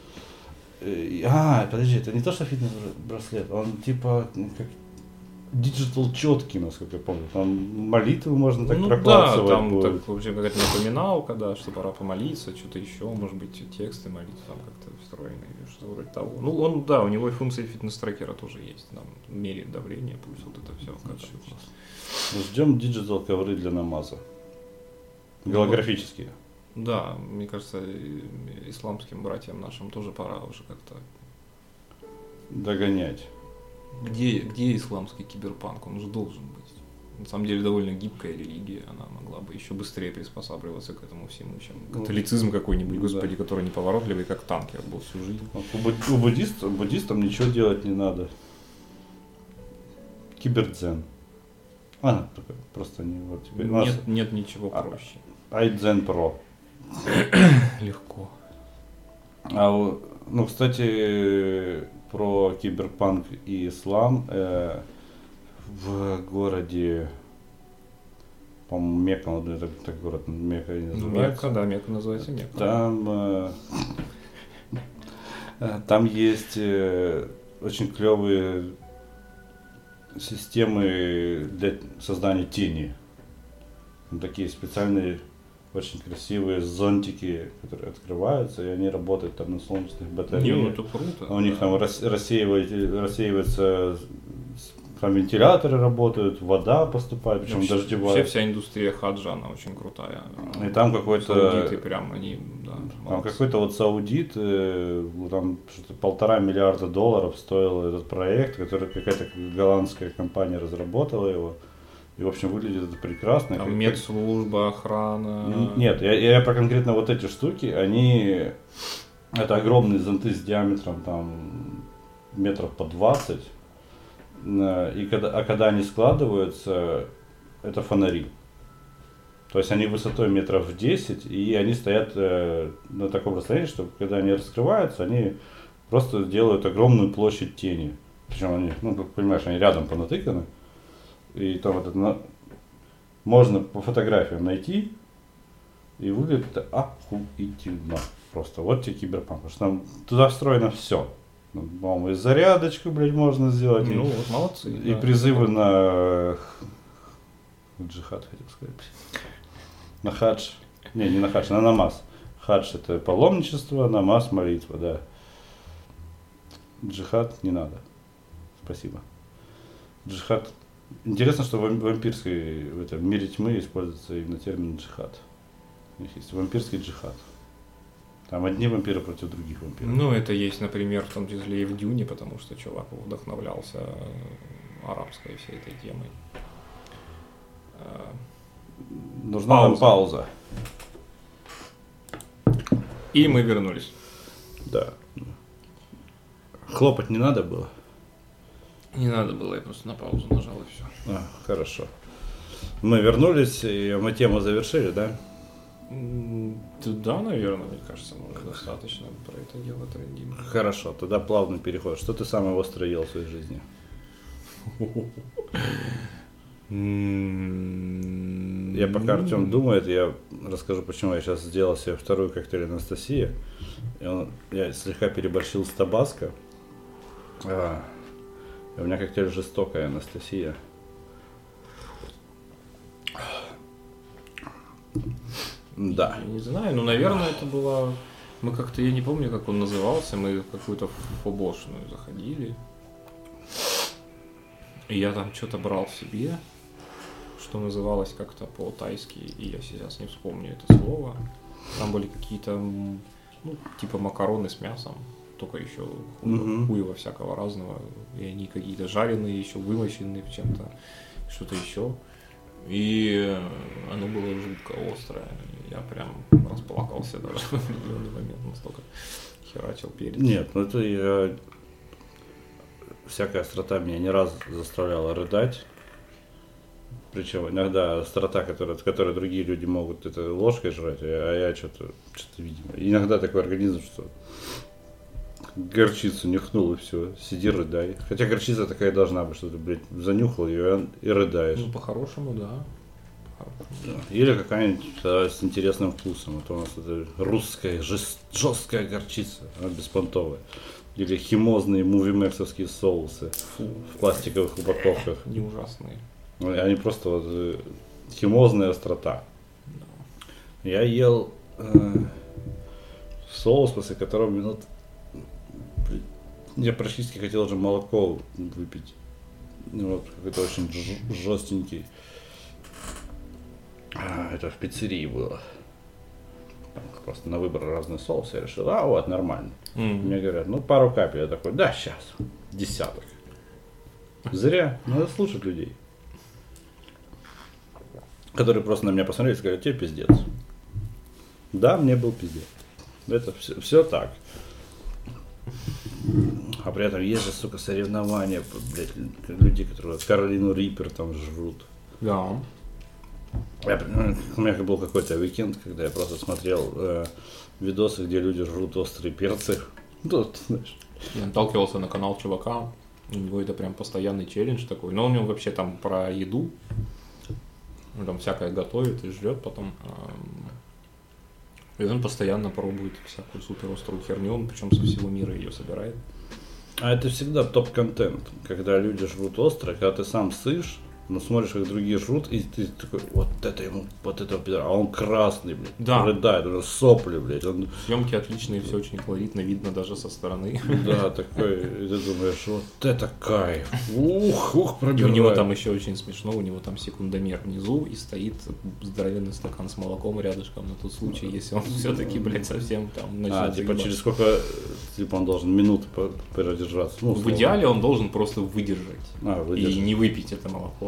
Э, А, подожди, это не то, что фитнес-браслет, он типа ну, как диджитал четкий, насколько я помню. Там молитвы можно так Ну да, проклацывать там будет. так, в общем, какая-то напоминалка, да, что пора помолиться, что-то еще, может быть, тексты молитвы там как-то встроены или что-то вроде того. Ну, он, да, у него и функция фитнес-трекера тоже есть, там меряет давление, пульс, вот это все. Ждем диджитал ковры для намаза. Голографические. Да, мне кажется, и- исламским братьям нашим тоже пора уже как-то. Догонять. Где, где исламский киберпанк? Он же должен быть. На самом деле довольно гибкая религия, она могла бы еще быстрее приспосабливаться к этому всему, чем католицизм какой-нибудь, господи, да. который неповоротливый, как танкер был всю жизнь. Вот У, буд- у буддистов, буддистам ничего делать не надо. Кибердзен. А, ну, такой, просто не вот теперь. у нас Нет, нет ничего А. проще. iDzen Pro. Легко. А, у- ну, кстати, про киберпанк и ислам э, в городе, по-моему, Мекка, вот это так город Мекка не Ну, называется. Мекка, да, Мекка называется Мекка. Там, э, э, там есть э, очень клевые системы для создания тени. Там такие специальные очень красивые зонтики, которые открываются, и они работают там на солнечных батареях. Не, ну это круто. У них там рассеивается, рассеивается, там вентиляторы работают, вода поступает, причем вообще, дождевая. Вообще вся индустрия хаджа, она очень крутая. И там какой-то... Саудиты прям, они, да, там какой-то вот саудит, там что-то полтора миллиарда долларов стоил этот проект, который какая-то голландская компания разработала его. И, в общем, выглядит это прекрасно. Там медслужба, охрана. Нет, я, я про конкретно вот эти штуки, они... Это огромные зонты с диаметром там метров по двадцать. И когда, а когда они складываются, это фонари. То есть они высотой метров десять, и они стоят э, на таком расстоянии, что когда они раскрываются, они просто делают огромную площадь тени. Причем они, ну, как понимаешь, они рядом понатыканы. И там вот это на... можно по фотографиям найти, и выглядит это охуительно. Просто вот тебе киберпанк. Потому что там туда встроено все. По-моему, и зарядочку, блядь, можно сделать. Ну, и, вот молодцы. И да. призывы на джихад, хотел сказать. На хадж. Не, не на хадж, на намаз. Хадж это паломничество, намаз молитва, да. Джихад не надо. Спасибо. Джихад. Интересно, что в вампирской, в этом мире тьмы используется именно термин джихад. У них есть вампирский джихад. Там одни вампиры против других вампиров. Ну, это есть, например, в том числе и в Дюне, потому что чувак вдохновлялся арабской всей этой темой. Нужна нам пауза. И мы вернулись. Да. Хлопать не надо было? Не надо было, я просто на паузу нажал и все. А, хорошо. Мы вернулись, и мы тему завершили, да? Да, наверное, мне кажется, мы уже достаточно про это дело трендим. Хорошо, тогда плавный переход. Что ты самое острое ел в своей жизни? Я пока Артем думает, я расскажу, почему я сейчас сделал себе вторую коктейль Анастасия. И он, я слегка переборщил с табаско. А, у меня коктейль жестокая Анастасия. Да. Я не знаю, ну, наверное, это было... Мы как-то, я не помню, как он назывался, мы в какую-то фобошную заходили. И я там что-то брал себе, что называлось как-то по-тайски, и я сейчас не вспомню это слово. Там были какие-то, ну, типа макароны с мясом, только еще Mm-hmm. хуево всякого разного. И они какие-то жареные, еще вымоченные в чем-то, что-то еще. И оно было жутко острое. Я прям расплакался даже в определенный момент, настолько херачил перец. Нет, ну это я... Всякая острота меня не раз заставляла рыдать. Причем иногда острота, которая, которой другие люди могут это ложкой жрать, а я что-то, что-то видимо. Иногда такой организм, что горчицу нюхнул и все, сиди рыдай. Хотя горчица такая должна быть, что ты, блядь, занюхал ее и рыдаешь. Ну, по-хорошему, да. По-хорошему. Или какая-нибудь а, с интересным вкусом. Это у нас это русская жест, жесткая горчица, она беспонтовая. Или химозные мувимексовские соусы. Фу. В пластиковых упаковках. Не ужасные. Они просто вот э, химозная острота. No. Я ел э, соус, после которого минут... Я практически хотел уже молоко выпить. Ну, вот, какой-то очень ж- жестенький. А, это в пиццерии было. Там просто на выбор разные соусы. Я решил, а вот, нормально. Mm-hmm. Мне говорят, ну пару капель. Я такой, да, сейчас. Десяток. Зря. Надо слушать людей. Которые просто на меня посмотрели и сказали, тебе пиздец. Да, мне был пиздец. Это все, все так. А при этом есть же, сука, соревнования, блядь, люди, которые Каролину Риппер там жрут. Да. Я, у меня был какой-то уикенд, когда я просто смотрел э, видосы, где люди жрут острые перцы. Ну, знаешь. Я наталкивался на канал чувака, у него это прям постоянный челлендж такой, но у него вообще там про еду, он там всякое готовит и жрет потом. И он постоянно пробует всякую суперострую херню, он причем со всего мира ее собирает. А это всегда топ-контент, когда люди жрут острое, когда ты сам сышь, Но смотришь, как другие жрут, и ты такой, вот это ему, вот это, а он красный, блядь, да. рыдает, он сопли, блядь. Он... Съемки отличные, все очень колоритно, видно даже со стороны. Да, такой, и ты думаешь, вот это кайф, ух, ух, пробирает. И у него там еще очень смешно, у него там секундомер внизу, и стоит здоровенный стакан с молоком рядышком на тот случай, если он все-таки, блядь, совсем там начнет А, типа загибаться. через сколько, типа он должен минуту продержаться? Ну, в идеале он должен просто выдержать, а, выдержать. И не выпить это молоко.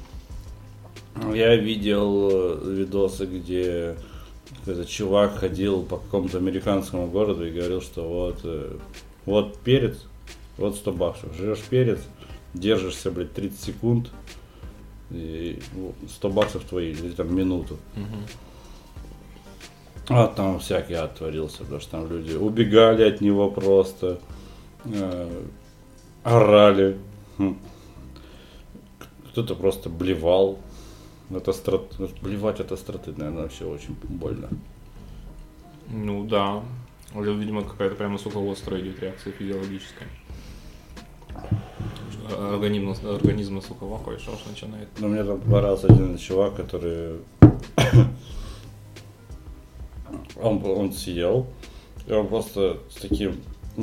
Я видел видосы, где этот чувак ходил по какому-то американскому городу и говорил, что вот, вот перец, вот сто баксов. Жрешь перец, держишься, блядь, тридцать секунд, и сто баксов твои, или там минуту. Угу. А там всякий ад творился, потому что там люди убегали от него просто, э, орали, кто-то просто блевал. От острот... Блевать от остроты, наверное, вообще очень больно. Ну да. Видимо, какая-то прямо, сука, острая идет реакция физиологическая. Организм, организм сука, вахуй, что ж начинает. Ну, мне там понравился один чувак, который... он, он сидел, и он просто с таким...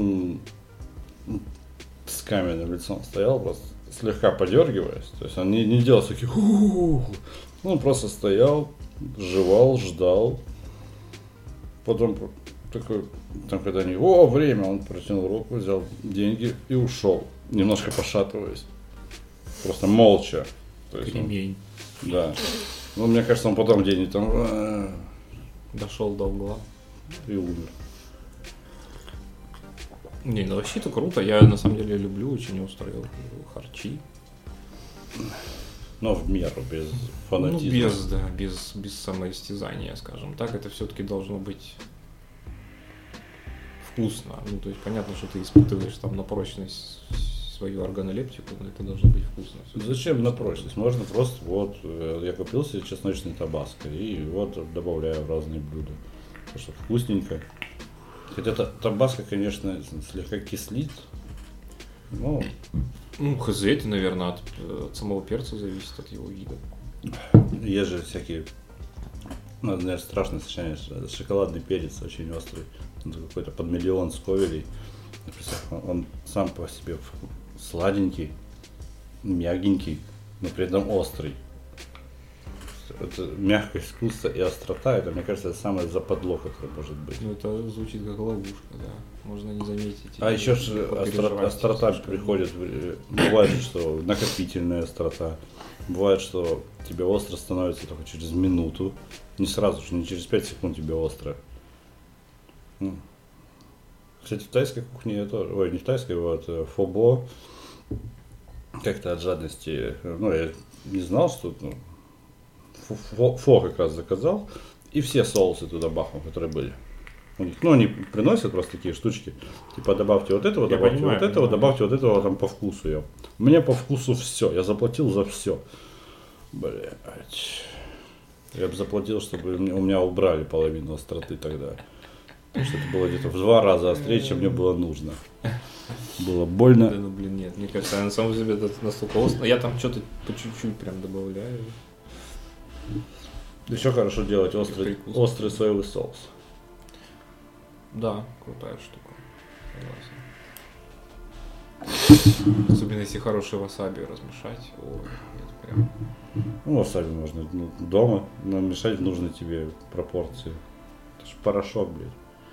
с каменным лицом стоял, просто слегка подергиваясь. То есть он не, не делал таких... Он просто стоял, жевал, ждал. Потом такой, там когда они, о, время, он протянул руку, взял деньги и ушел, немножко пошатываясь. Просто молча. То есть Кремень. Он, да. Ну, мне кажется, он потом деньги там... Дошел до угла. И умер. Не, ну вообще-то круто. Я на самом деле люблю очень острые харчи. Но в меру, без фанатизма. Ну, без, да, без, без самоистязания, скажем так. Это все-таки должно быть вкусно. Ну, то есть понятно, что ты испытываешь там на прочность свою органолептику, но это должно быть вкусно. Зачем на прочность? Можно просто вот, я купил себе чесночный табаско и вот добавляю в разные блюда. Потому что вкусненько. Хотя табаско, конечно, слегка кислит. Но... Ну, хз, это, наверное, от, от самого перца зависит, от его вида. Есть же всякие, ну, наверное, страшное сочетание. Шоколадный перец очень острый. Он какой-то под миллион сковелей. Он сам по себе сладенький, мягенький, но при этом острый. Это мягкость вкуса и острота, это, мне кажется, это самое западло, которое может быть. Ну, это звучит как ловушка, да. Можно не заметить. А еще же острота, острота приходит, бывает, что накопительная острота, бывает, что тебе остро становится только через минуту, не сразу же, не через пять секунд тебе остро. Кстати, в тайской кухне я тоже, ой, не в тайской, вот, фобо, как-то от жадности, ну, я не знал, что, ну, фо, фо как раз заказал, и все соусы туда бахнул, которые были. У них, ну, они приносят просто такие штучки, типа добавьте вот этого, я добавьте понимаю, вот этого, понимаю. добавьте вот этого там по вкусу. Я. Мне по вкусу все, я заплатил за все. Блять. Я бы заплатил, чтобы у меня убрали половину остроты тогда. Потому что это было где-то в два раза острее, чем мне было нужно. Было больно. Да, ну, блин, нет, мне кажется, на самом деле это настолько остро. Я там что-то по чуть-чуть прям добавляю. Еще хорошо делать острый, острый соевый соус. Да, крутая штука. Согласен. Особенно если хороший васаби размешать. Ой, это прям... Ну, васаби можно ну, дома намешать в нужной тебе пропорции. Это же порошок, блядь.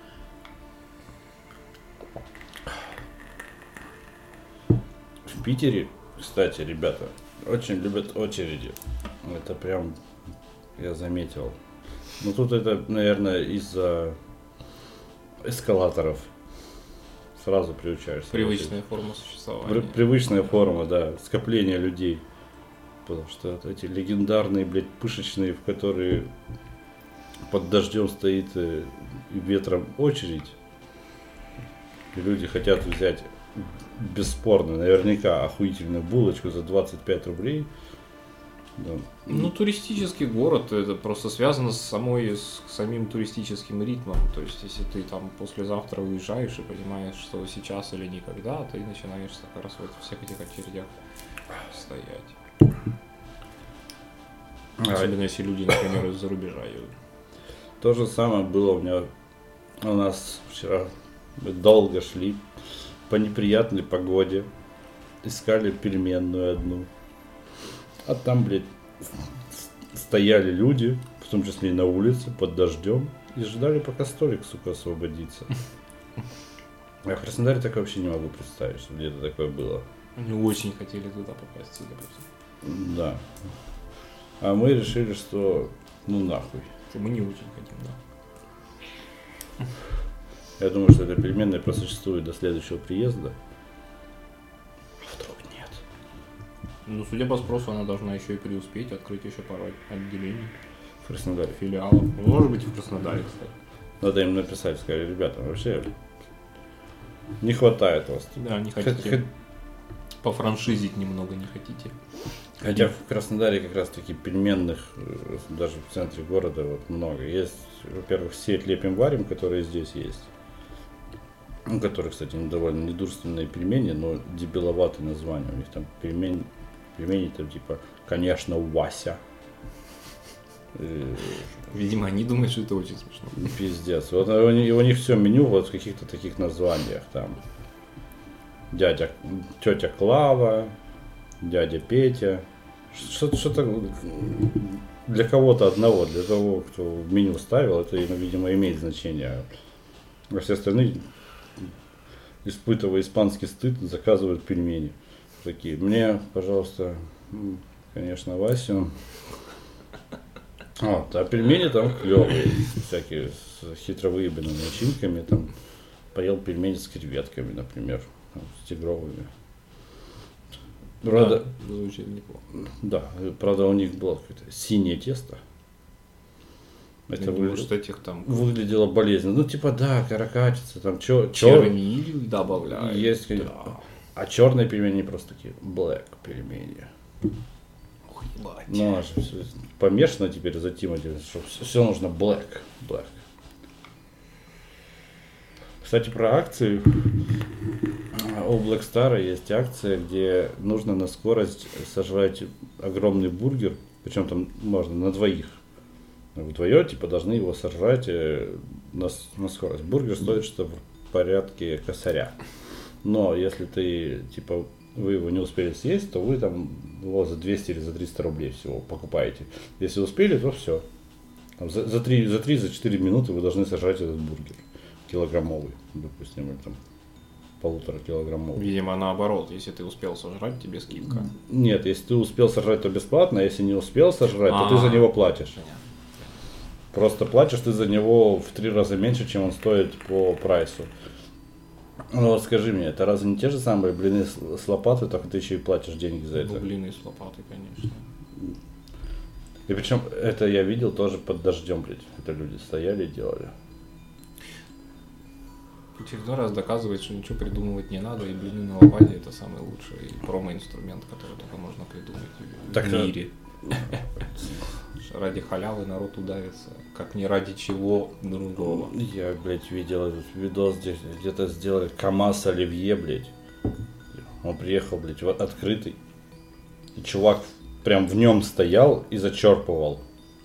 В Питере, кстати, ребята, очень любят очереди. Это прям, я заметил. Ну, тут это, наверное, из-за эскалаторов. Сразу приучаешься. Привычная форма существования. Привычная форма, да, скопление людей. Потому что это эти легендарные, блядь, пышечные, в которые под дождем стоит и ветром очередь. И люди хотят взять бесспорно, наверняка, охуительную булочку за двадцать пять рублей. Да. Ну, туристический город, это просто связано с самой, с самим туристическим ритмом. То есть, если ты там послезавтра уезжаешь и понимаешь, что сейчас или никогда, ты начинаешь как раз вот в всех этих очередях стоять. Особенно если люди, например, из-за рубежа едут. То же самое было у меня, у нас вчера. Мы долго шли по неприятной погоде, искали пельменную одну. А там, блядь, стояли люди, в том числе и на улице, под дождем, и ждали, пока столик, сука, освободится. Я в Краснодаре так вообще не могу представить, что где-то такое было. Они очень хотели туда попасть, судя по всему. Да. А мы решили, что ну нахуй. Мы не очень хотим, да. Я думаю, что эта пельменная просуществует до следующего приезда. А вдруг нет? Ну, судя по спросу, она должна еще и преуспеть, открыть еще пару отделений. В Краснодаре. Филиалов. Может быть, и в Краснодаре, кстати. Надо им написать, сказать, ребята, вообще не хватает вас. Да, не хотите. Х- пофраншизить немного не хотите. Хотя в Краснодаре как раз таки пельменных, даже в центре города, вот много. Есть, во-первых, сеть Лепим-Варим, которая здесь есть. У которых, кстати, довольно недурственные пельмени, но дебиловатые названия. У них там пельмень, пельмени там типа, конечно, Вася. Видимо, они думают, что это очень смешно. Пиздец. Вот у них, у них все меню вот в каких-то таких названиях. Там дядя, тетя Клава, дядя Петя. Что-то, что-то для кого-то одного, для того, кто в меню ставил, это, видимо, имеет значение. А все остальные, испытывая испанский стыд, заказывают пельмени. Такие, мне, пожалуйста, конечно, Васю. Вот, а пельмени там клевые, всякие с хитро выебанными начинками. Там поел пельмени с креветками, например, там, с тигровыми. Правда, да, звучит неплохо. Да, правда у них было какое-то синее тесто. Это вы... что этих там выглядело болезненно. Ну типа да, каракатица, там чё, черниль добавляют. Есть, да. А черные пельмени просто такие black пельмени. Ебать. Ну, аж все помешано теперь за Тимати, что все, все нужно black, black. Кстати, про акции. У Black Star есть акция, где нужно на скорость сожрать огромный бургер, причем там можно на двоих. Вдвоем, типа, должны его сожрать на, на скорость. Бургер стоит что-то в порядке косаря. Но если ты, типа, вы его не успели съесть, то вы там его за двести или за триста рублей всего покупаете. Если успели, то все. Там за, за три, за три, за четыре минуты вы должны сожрать этот бургер. Килограммовый, допустим, или там полутора килограммовый. Видимо, наоборот, если ты успел сожрать, тебе скидка. Нет, если ты успел сожрать, то бесплатно, а если не успел сожрать, А-а-а. то ты за него платишь. Понятно. Просто платишь ты за него в три раза меньше, чем он стоит по прайсу. Ну вот скажи мне, это разве не те же самые блины с, с лопатой, только ты еще и платишь деньги за это? Ну, блины с лопатой, конечно. И причем это я видел тоже под дождем, блядь. Это люди стояли и делали. Очередной раз доказывает, что ничего придумывать не надо, и блины на лопате это самый лучший промо-инструмент, который только можно придумать в так мире. Ради халявы народ удавится, как не ради чего другого. Я, блядь, видел этот видос, где где-то сделали КамАЗ Оливье, блядь. Он приехал, блядь, в открытый. И чувак прям в нем стоял и зачерпывал.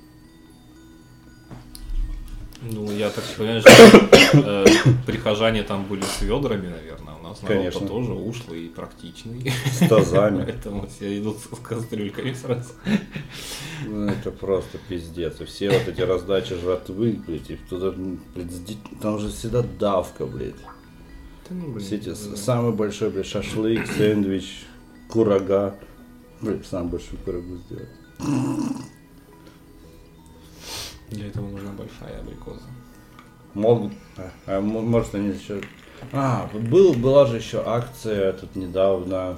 Ну, я так понимаю, что э, прихожане там были с ведрами, наверное. У нас народ тоже ушлый и практичный. С тазами. Поэтому все идут с кастрюльками сразу. Ну, это просто пиздец. И все вот эти раздачи жратвы, блядь, и туда, блядь, там же всегда давка, блядь. Да, ну, блин, все эти, да. Самый большой, блядь, шашлык, сэндвич, курага. Блядь, самый большой курагу сделать. Для этого нужна большая абрикоза. Могут. А, а может они еще. А, был, была же еще акция тут недавно.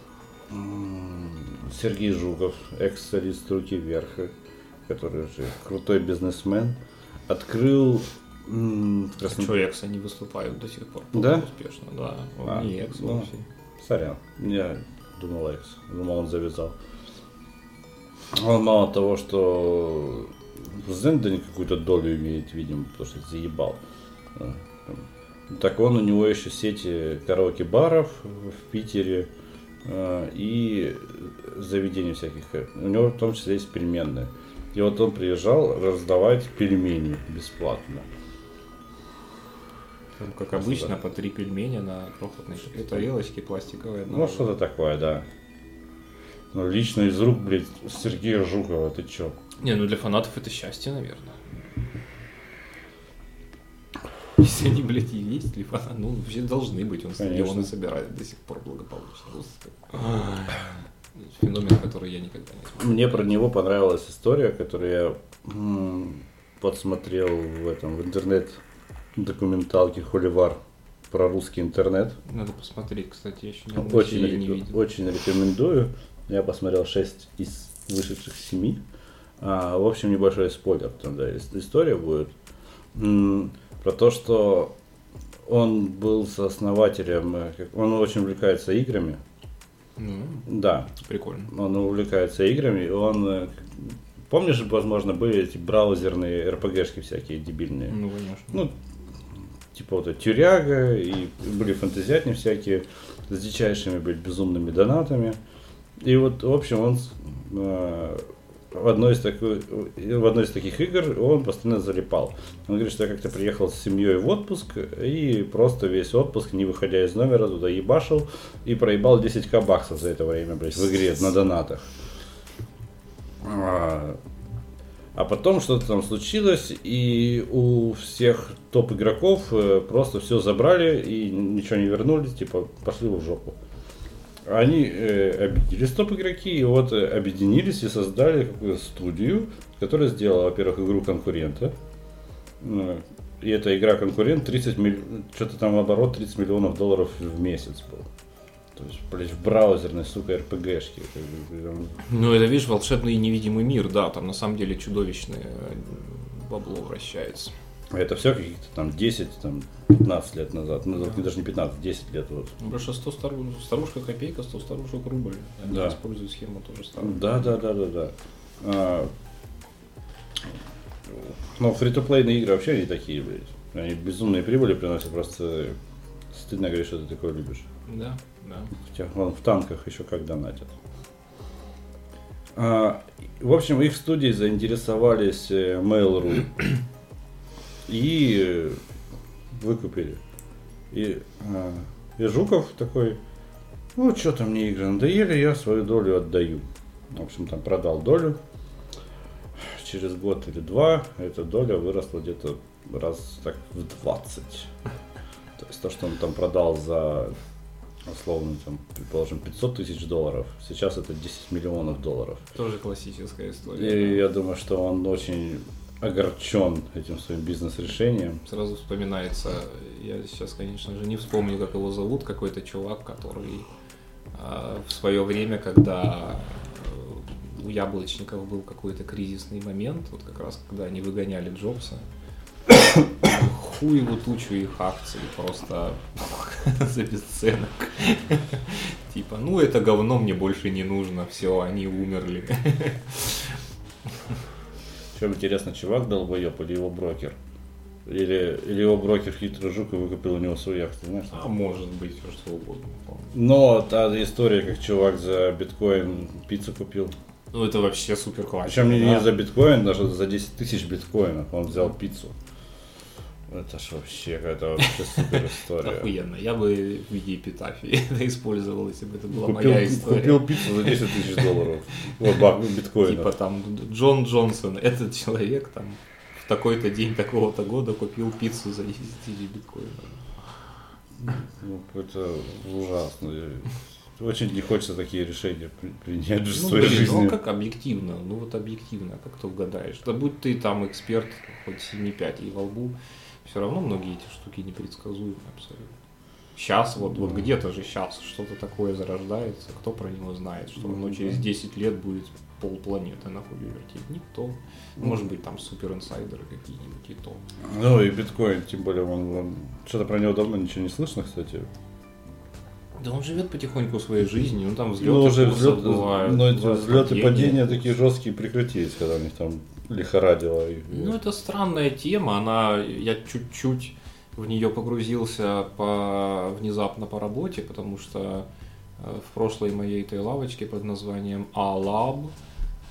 Сергей Жуков, экс-солист Руки Вверх, который же крутой бизнесмен, открыл. М- Красно... А что экс они выступают до сих пор? Да? Успешно, да. Он а, не экс ну, вовсе. Сорян, я думал экс. Думал, он завязал. Он мало того, что в Зендене какую-то долю имеет, видимо, потому что заебал. Так он, у него еще сети караоке-баров в Питере и заведений всяких. У него в том числе есть пельменные. И вот он приезжал раздавать пельмени бесплатно. Там, как обычно, по три пельмени на крохотной тарелочке пластиковой. Ну, что-то такое, да. Ну, лично из рук, блядь, Сергея Жукова, ты чё? Не, ну для фанатов это счастье, наверное. Если они, блядь, и есть, ли фанаты, ну, вообще должны быть, он стадионы собирает до сих пор благополучно. Феномен, который я никогда не смотрел. Мне про него понравилась история, которую я м- подсмотрел в этом, в интернет-документалке «Холивар» про русский интернет. Надо посмотреть, кстати, я еще не, очень, я рек- не видел. Очень рекомендую. Я посмотрел шесть из вышедших семи. А, в общем, небольшой спойлер. Там, да, история будет м- про то, что он был сооснователем, он очень увлекается играми. Ну, да. Прикольно. Он увлекается играми, он... Помнишь, возможно, были эти браузерные эр пи джи-шки всякие дебильные? Ну, конечно. Ну, типа вот тюряга, и были фэнтезиатни всякие, с дичайшими, блядь, безумными донатами. И вот, в общем, он э, в, одной из такой, в одной из таких игр он постоянно залипал. Он говорит, что я как-то приехал с семьей в отпуск и просто весь отпуск, не выходя из номера, туда ебашил и проебал десять тысяч баксов за это время, блядь, в игре на донатах. А, а потом что-то там случилось, и у всех топ-игроков просто все забрали и ничего не вернули, типа пошли в жопу. Они э, обиделись, топ-игроки, и вот э, объединились и создали какую-то студию, которая сделала, во-первых, игру конкурента. Э, и эта игра конкурент тридцать миллионов, что-то там оборот тридцать миллионов долларов в месяц был. То есть, блядь, в браузерной, сука, эр пи джи-шки. Ну, это, видишь, волшебный и невидимый мир, да, там на самом деле чудовищное бабло вращается. Это все каких-то там десять, там, пятнадцать лет назад. Ну, да. Даже не пятнадцать, десять лет. Вот. Ну, потому что сто старуш... старушка копейка, сто старушек рубль. Они да. используют схему тоже старую. Да, да, да, да, да. А, ну, фри-то-плейные игры вообще не такие, блядь. Они безумные прибыли приносят, просто стыдно говорить, что ты такое любишь. Да, да. Хотя вон в танках еще как донатят. А, в общем, их в студии заинтересовались Mail.ru. И выкупили. И, а, и Жуков такой, ну что-то мне игры надоели, я свою долю отдаю. В общем, там продал долю. Через год или два эта доля выросла где-то раз так в двадцать. То есть то, что он там продал за, условно, там, предположим, пятьсот тысяч долларов, сейчас это десять миллионов долларов. Тоже классическая история. И я думаю, что он очень огорчен этим своим бизнес-решением. Сразу вспоминается, я сейчас, конечно же, не вспомню, как его зовут, какой-то чувак, который э, в свое время, когда у яблочников был какой-то кризисный момент, вот как раз когда они выгоняли Джобса, хуеву тучу их акций просто за бесценок. Типа, ну это говно мне больше не нужно, все, они умерли. Чем интересно, чувак долбоеб или его брокер? Или, или его брокер хитрый жук и выкупил у него свою яхту, знаешь? А может быть, все что угодно. Но та история, как чувак за биткоин пиццу купил. Ну это вообще супер классно. Причем не, да? не за биткоин, даже за десять тысяч биткоинов он взял пиццу. Это ж вообще какая-то вообще супер история. Охуенно. Я бы в виде эпитафии это использовал, если бы это была купил, моя история. Купил пиццу за десять тысяч долларов. Вот, биткоинов. Типа там Джон Джонсон, этот человек там в такой-то день такого-то года купил пиццу за десять тысяч биткоинов. Ну, это ужасно. Очень не хочется такие решения принять в ну, своей блин, жизни. Ну, как объективно? Ну, вот объективно, как ты угадаешь. Да будь ты там эксперт, хоть семь пять и во лбу, все равно многие эти штуки непредсказуемы абсолютно. Сейчас, вот, вот где-то же сейчас что-то такое зарождается, кто про него знает, что оно через десять лет будет полпланеты нахуй вертеть. Никто. Может быть, там супер-инсайдеры какие-нибудь и то. Ну и биткоин, тем более, он, он что-то про него давно ничего не слышно, кстати. Да он живет потихоньку своей жизнью, ну там взлеты, ну, уже взлет, бывают. Но эти взлеты и падения падения такие жесткие прекратились, когда у них там лихорадило. Ну это странная тема, она, я чуть-чуть в нее погрузился по, внезапно по работе, потому что в прошлой моей этой лавочке под названием A-Lab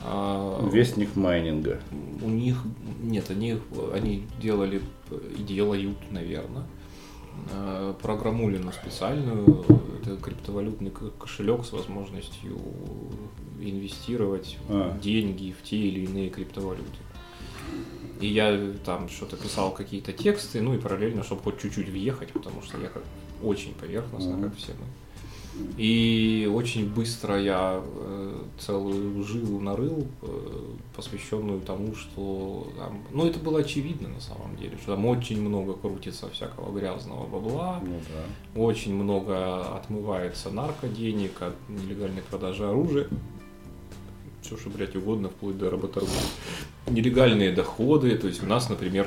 Вестник майнинга. У них, нет, они, они делали и делают, наверное, программулину специальную, это криптовалютный кошелек с возможностью инвестировать а. деньги в те или иные криптовалюты. И я там что-то писал, какие-то тексты, ну и параллельно, чтобы хоть чуть-чуть въехать, потому что я как очень поверхностно, mm-hmm. как все мы. И очень быстро я э, целую жилу нарыл, э, посвященную тому, что там, ну это было очевидно на самом деле, что там очень много крутится всякого грязного бабла, ну, да. Очень много отмывается наркоденег от нелегальной продажи оружия, все, что, блядь, угодно, вплоть до работорговли. Нелегальные доходы, то есть у нас, например,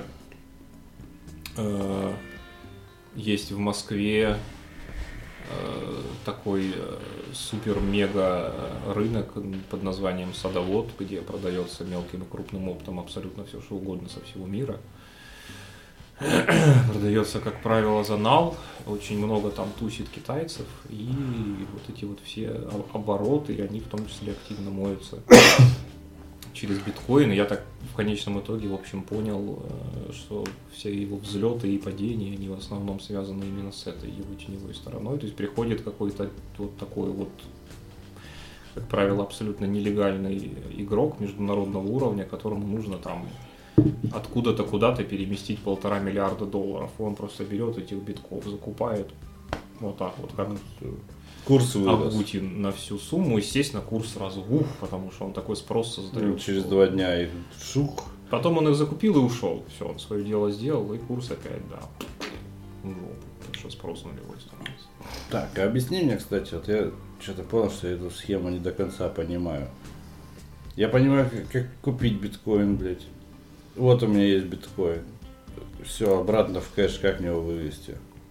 э, есть в Москве такой супер-мега рынок под названием Садовод, где продается мелким и крупным оптом абсолютно все, что угодно со всего мира. Продается, как правило, за нал, очень много там тусит китайцев, и вот эти вот все обороты, они в том числе активно моются через биткоин. Я так в конечном итоге, в общем, понял, что все его взлеты и падения, они в основном связаны именно с этой его теневой стороной. То есть приходит какой-то вот такой вот, как правило, абсолютно нелегальный игрок международного уровня, которому нужно там откуда-то куда-то переместить полтора миллиарда долларов. Он просто берет этих битков, закупает вот так вот, как курс вырос. Агутин на всю сумму, естественно, курс сразу ух, потому что он такой спрос создает. Ну, через два дня их шух. Потом он их закупил и ушел. Все, он свое дело сделал, и курс опять, да, в жопу, потому что спрос нулевой становится. Так, а объясни мне, кстати, вот я что-то понял, что я эту схему не до конца понимаю. Я понимаю, как, как купить биткоин, блядь. Вот у меня есть биткоин. Все, обратно в кэш, как мне его вывести?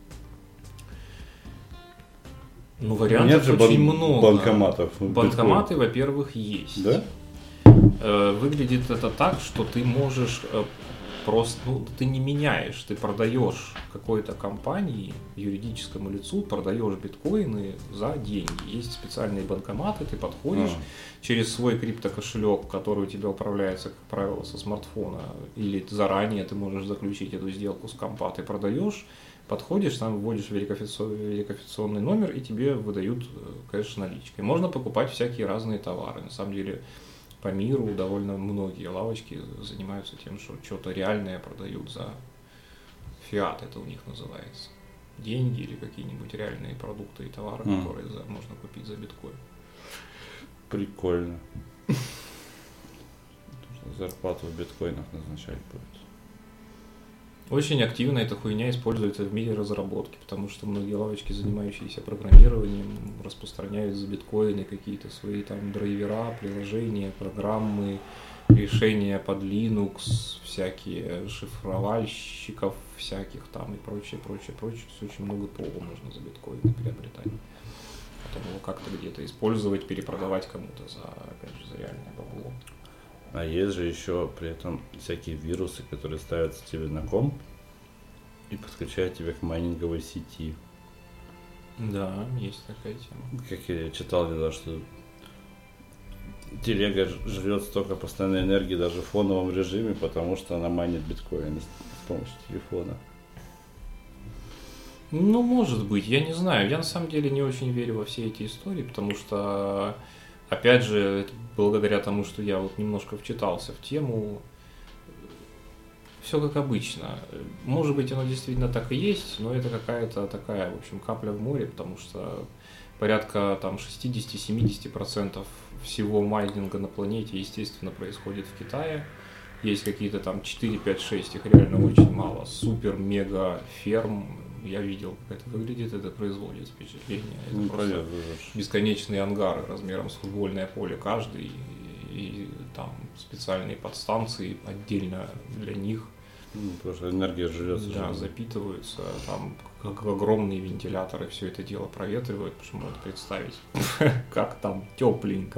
Ну, вариантов Нет очень бан- много. Банкоматов. Банкоматы, биткоин. Во-первых, есть. Да? Выглядит это так, что ты можешь просто, ну, ты не меняешь, ты продаешь какой-то компании, юридическому лицу, продаешь биткоины за деньги. Есть специальные банкоматы, ты подходишь а. через свой криптокошелек, который у тебя управляется, как правило, со смартфона, или заранее ты можешь заключить эту сделку с компа, ты продаешь, подходишь, там вводишь верификационный номер, и тебе выдают кэш наличкой. Можно покупать всякие разные товары. На самом деле по миру довольно многие лавочки занимаются тем, что что-то реальное продают за фиат, это у них называется. Деньги или какие-нибудь реальные продукты и товары, mm. которые за, можно купить за биткоин. Прикольно. Зарплату в биткоинах назначать будет. Очень активно эта хуйня используется в мире разработки, потому что многие лавочки, занимающиеся программированием, распространяют за биткоины какие-то свои там драйвера, приложения, программы, решения под Linux, всякие шифровальщиков всяких там и прочее, прочее, прочее. То есть очень много ПО можно за биткоины приобретать. Потом его как-то где-то использовать, перепродавать кому-то за, опять же, за реальное бабло. А есть же еще при этом всякие вирусы, которые ставятся тебе на комп и подключают тебя к майнинговой сети. Да, есть такая тема. Как я читал где-то, что телега жрет столько постоянной энергии даже в фоновом режиме, потому что она майнит биткоин с помощью телефона. Ну, может быть, я не знаю. Я на самом деле не очень верю во все эти истории, потому что, опять же, это благодаря тому, что я вот немножко вчитался в тему, все как обычно. Может быть, оно действительно так и есть, но это какая-то такая, в общем, капля в море, потому что порядка там шестьдесят-семьдесят процентов всего майнинга на планете, естественно, происходит в Китае. Есть какие-то там четыре, пять, шесть, их реально очень мало, супер-мега ферм. Я видел, как это выглядит, это производит впечатление. Это ну, просто понятно, бесконечные ангары размером с футбольное поле каждый, и, и там специальные подстанции отдельно для них. Ну, потому что энергия жрется. Да, же. Запитываются, там как огромные вентиляторы все это дело проветривают, потому что можно представить, как там тепленько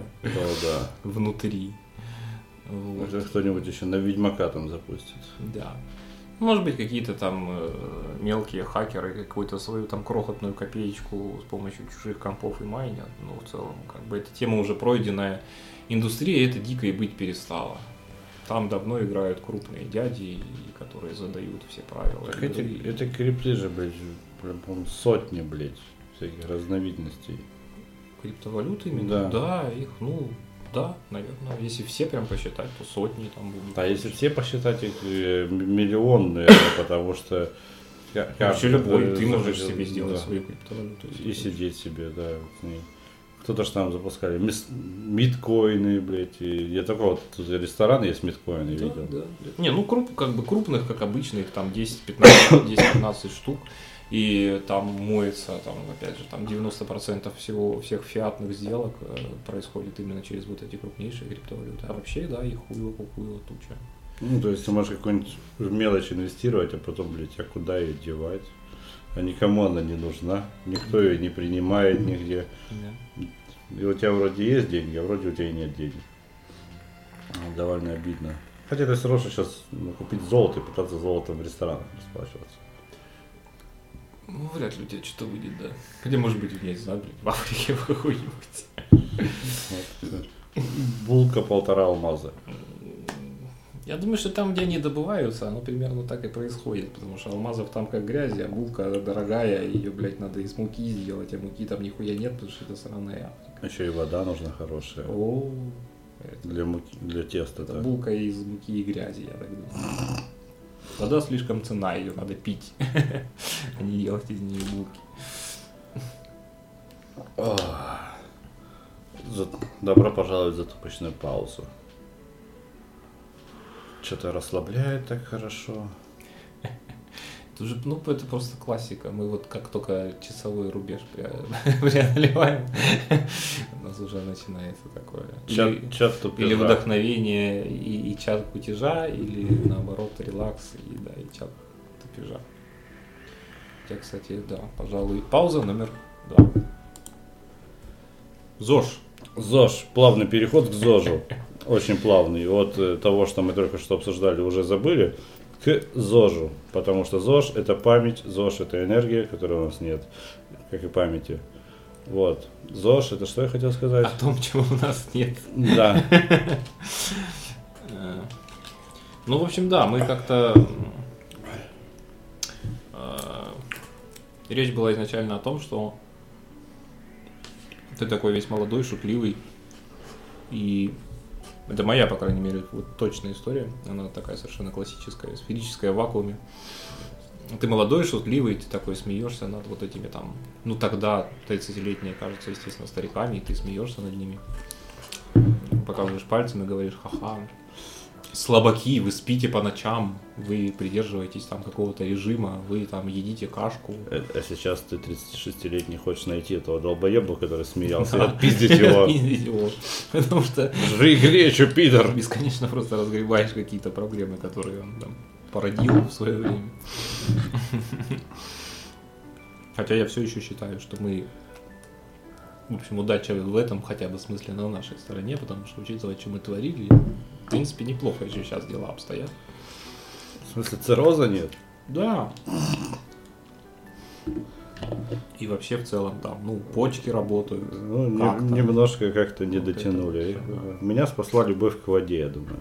внутри. Вот. Кто-нибудь еще на Ведьмака там запустит. Да. Может быть, какие-то там э, мелкие хакеры какую-то свою там крохотную копеечку с помощью чужих компов и майнят. Но в целом, как бы, эта тема уже пройденная. Индустрия это дико и быть перестала. Там давно играют крупные дяди, которые задают все правила. Так эти, это крипты же, блядь, прям сотни, блядь, всяких разновидностей. Криптовалюты именно? Да. да, их, ну, да, наверное. Если все прям посчитать, то сотни там будут. А если все посчитать, их миллионные, потому что... Вообще любой, ты можешь себе сделать свою криптовалюту. И сидеть себе, да, с ней. Кто-то ж там запускали миткоины, блядь. И я такой вот ресторан есть миткоины, да, видел. Да, да. Не, ну круп, как бы крупных, как обычно, их там десять-пятнадцать штук. И там моется, там, опять же, там девяносто процентов всего, всех фиатных сделок происходит именно через вот эти крупнейшие криптовалюты. А вообще, да, их хуево кукуево туча. Ну, то есть ты можешь какую-нибудь в мелочь инвестировать, а потом, блядь, а куда ее девать? А никому она не нужна, никто ее не принимает нигде. Yeah. И у тебя вроде есть деньги, а вроде у тебя и нет денег. Довольно обидно. Хотя это все равно, что сейчас ну, купить золото и пытаться золотом в ресторанах расплачиваться. Ну, вряд ли у тебя что-то выйдет, да. Хотя, может быть, я не знаю, блин, в Африке в какой-нибудь. Булка полтора алмаза. Я думаю, что там, где они добываются, оно примерно так и происходит, потому что алмазов там как грязи, а булка дорогая, ее, блядь, надо из муки сделать, а муки там нихуя нет, потому что это сраная Африка. Еще и вода нужна хорошая. О, для муки, для теста. Это булка из муки и грязи, я так думаю. Вода слишком ценна, ее надо пить, а не делать из нее булки. Добро пожаловать в затупочную паузу. Что-то расслабляет так хорошо. Это уже, ну, это просто классика. Мы вот как только часовой рубеж преодолеваем, у нас уже начинается такое. Чат, или, чат тупежа. Или вдохновение и, и чат кутежа, или наоборот релакс и, да, и чат тупежа. Хотя, кстати, да, пожалуй, пауза номер два. ЗОЖ. ЗОЖ. Плавный переход к ЗОЖу. Очень плавный. От того, что мы только что обсуждали, уже забыли, к ЗОЖу. Потому что ЗОЖ это память, ЗОЖ это энергия, которой у нас нет, как и памяти. Вот. ЗОЖ это что я хотел сказать? О том, чего у нас нет. Да. Ну, в общем, да, мы как-то... Речь была изначально о том, что ты такой весь молодой, шутливый, и это моя, по крайней мере, вот точная история, она такая совершенно классическая, сферическая, в вакууме. Ты молодой, шутливый, ты такой смеешься над вот этими там, ну тогда тридцатилетние, кажется, естественно, стариками, и ты смеешься над ними, показываешь пальцем и говоришь: ха-ха, слабаки, вы спите по ночам, вы придерживаетесь там какого-то режима, вы там едите кашку. А, а сейчас ты тридцатишестилетний хочешь найти этого долбоеба, который смеялся, и отпиздить его. Отпиздить его. Потому что... Жри гречу, пидор! Бесконечно просто разгребаешь какие-то проблемы, которые он там породил в свое время. Хотя я все еще считаю, что мы... В общем, удача в этом хотя бы смысле на нашей стороне, потому что, учитывая, что мы творили, в принципе, неплохо еще сейчас дела обстоят. В смысле, цирроза нет? Да. И вообще в целом там, ну, почки работают. Ну, как не, немножко как-то не вот дотянули. Это, да. Меня спасла любовь к воде, я думаю.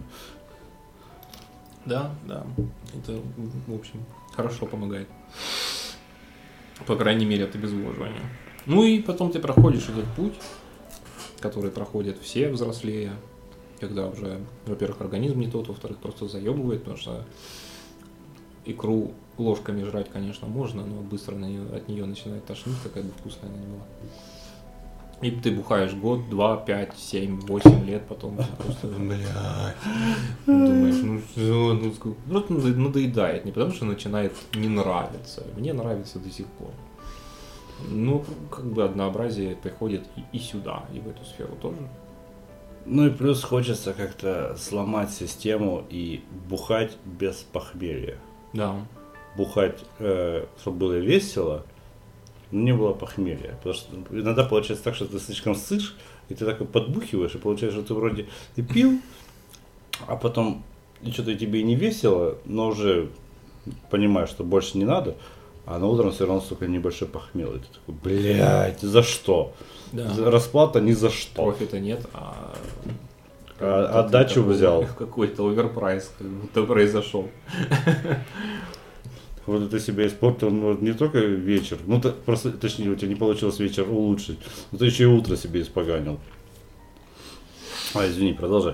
Да, да. Это, в общем, хорошо помогает. По крайней мере, от обезвоживания. Ну и потом ты проходишь этот путь, который проходят все взрослее, когда уже, во-первых, организм не тот, во-вторых, просто заебывает, потому что икру ложками жрать, конечно, можно, но быстро на нее, от нее начинает тошнить, какая бы вкусная она ни была. И ты бухаешь год, два, пять, семь, восемь лет, потом просто, блядь, думаешь, ну что, ну, просто надоедает, не потому что начинает не нравиться, мне нравится до сих пор. Ну, как бы однообразие приходит и, и сюда, и в эту сферу тоже. Ну и плюс хочется как-то сломать систему и бухать без похмелья. Да. Бухать, э, чтобы было весело, но не было похмелья. Потому что иногда получается так, что ты слишком сышь, и ты такой подбухиваешь, и получается, что ты вроде и пил, а потом и что-то тебе и не весело, но уже понимаешь, что больше не надо, а на утром все равно, сука, небольшой похмел. И ты такой, блядь, за что? Да. Расплата ни за что. Профита нет, а... А отдачу взял. Какой-то оверпрайс как будто произошел. Вот это себя испортил, ну, не только вечер, ну ты, просто, точнее, у тебя не получилось вечер улучшить, но ты еще и утро себе испоганил. А, извини, продолжай.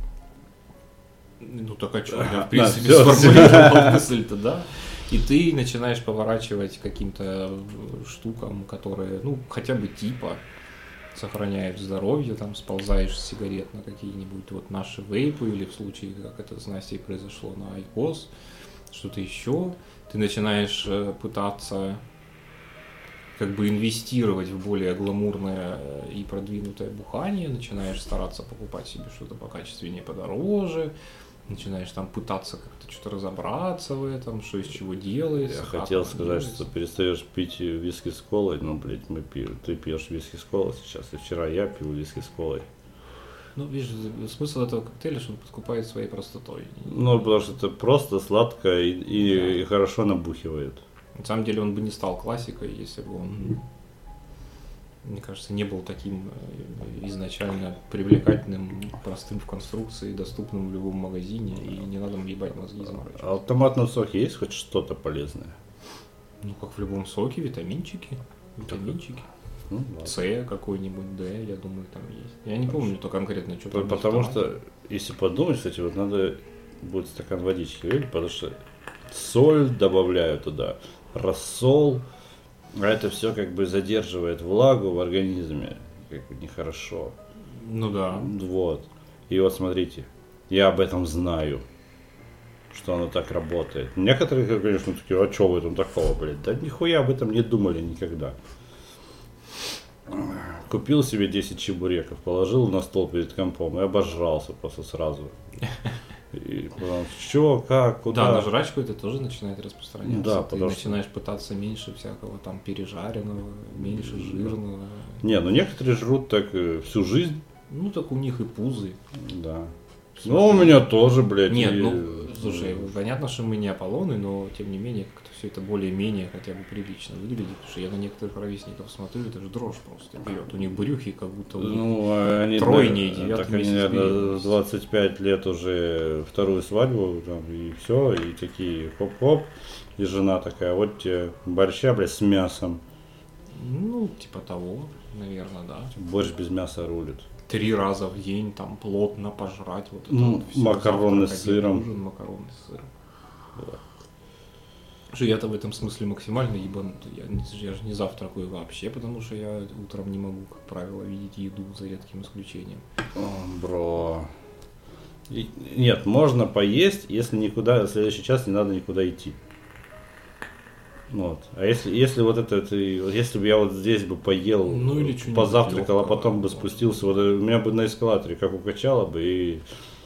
Ну так а что, я в принципе да, сформулировал мысль-то, да? И ты начинаешь поворачивать к каким-то штукам, которые, ну, хотя бы типа сохраняют здоровье, там, сползаешь с сигарет на какие-нибудь вот наши вейпы, или в случае, как это с Настей произошло, на айкос, что-то еще. Ты начинаешь пытаться как бы инвестировать в более гламурное и продвинутое бухание, начинаешь стараться покупать себе что-то покачественнее, подороже, начинаешь там пытаться как-то что-то разобраться в этом, что из чего делается. Я хотел сказать, делается. Что перестаешь пить виски с колой, ну, блядь, мы пьем, ты пьешь виски с колой сейчас, и вчера я пил виски с колой. Ну, видишь, смысл этого коктейля, что он подкупает своей простотой. Ну, потому что это просто, сладко и, и, да. и хорошо набухивает. На самом деле он бы не стал классикой, если бы он, мне кажется, не был таким изначально привлекательным, простым в конструкции, доступным в любом магазине, и не надо ебать мозги заморачивать. А в томатном соке есть хоть что-то полезное? Ну, как в любом соке, витаминчики. Витаминчики. Ну, С какой-нибудь, Д, я думаю, там есть. Я не помню, то конкретно, что там. Потому что, если подумать, кстати, вот надо будет стакан водички выпить, потому что соль добавляю туда, рассол, а это все как бы задерживает влагу в организме, как бы нехорошо. Ну да. Вот. И вот смотрите, я об этом знаю, что оно так работает. Некоторые, конечно, такие, а что в этом такого, блядь? Да нихуя об этом не думали никогда. Купил себе десять чебуреков, положил на стол перед компом и обожрался просто сразу. И потом, что, как, куда? Да, на жрачку это тоже начинает распространяться. Да, ты начинаешь что... пытаться меньше всякого там пережаренного, меньше жирного. Не, ну некоторые жрут так всю жизнь. Ну так у них и пузы. Да. Все ну, у меня тоже, блядь. Нет, и... ну, слушай, понятно, что мы не Аполлоны, но, тем не менее, как-то все это более-менее хотя бы прилично выглядит, потому что я на некоторых ровесников смотрю, это же дрожь просто берет. У них брюхи как будто у них ну, они, тройнее, да, девятый так они, наверное, в двадцать пять лет уже вторую свадьбу, там, и все, и такие хоп-хоп, и жена такая, вот тебе борща, блядь, с мясом. Ну, типа того, наверное, да. Борщ без мяса рулит. Три раза в день там плотно пожрать вот это ну, вот все. Макароны с сыром. Ужин, макароны с сыром. Да. Что я-то в этом смысле максимально ебанутый. Я, я же не завтракаю вообще, потому что я утром не могу, как правило, видеть еду за редким исключением. О, бро. И, нет, можно поесть, если никуда, в следующий час не надо никуда идти. Вот. А если, если вот это, ты, если бы я вот здесь бы поел, ну, или позавтракал, а потом бы спустился, вот, у меня бы на эскалаторе как укачало бы, и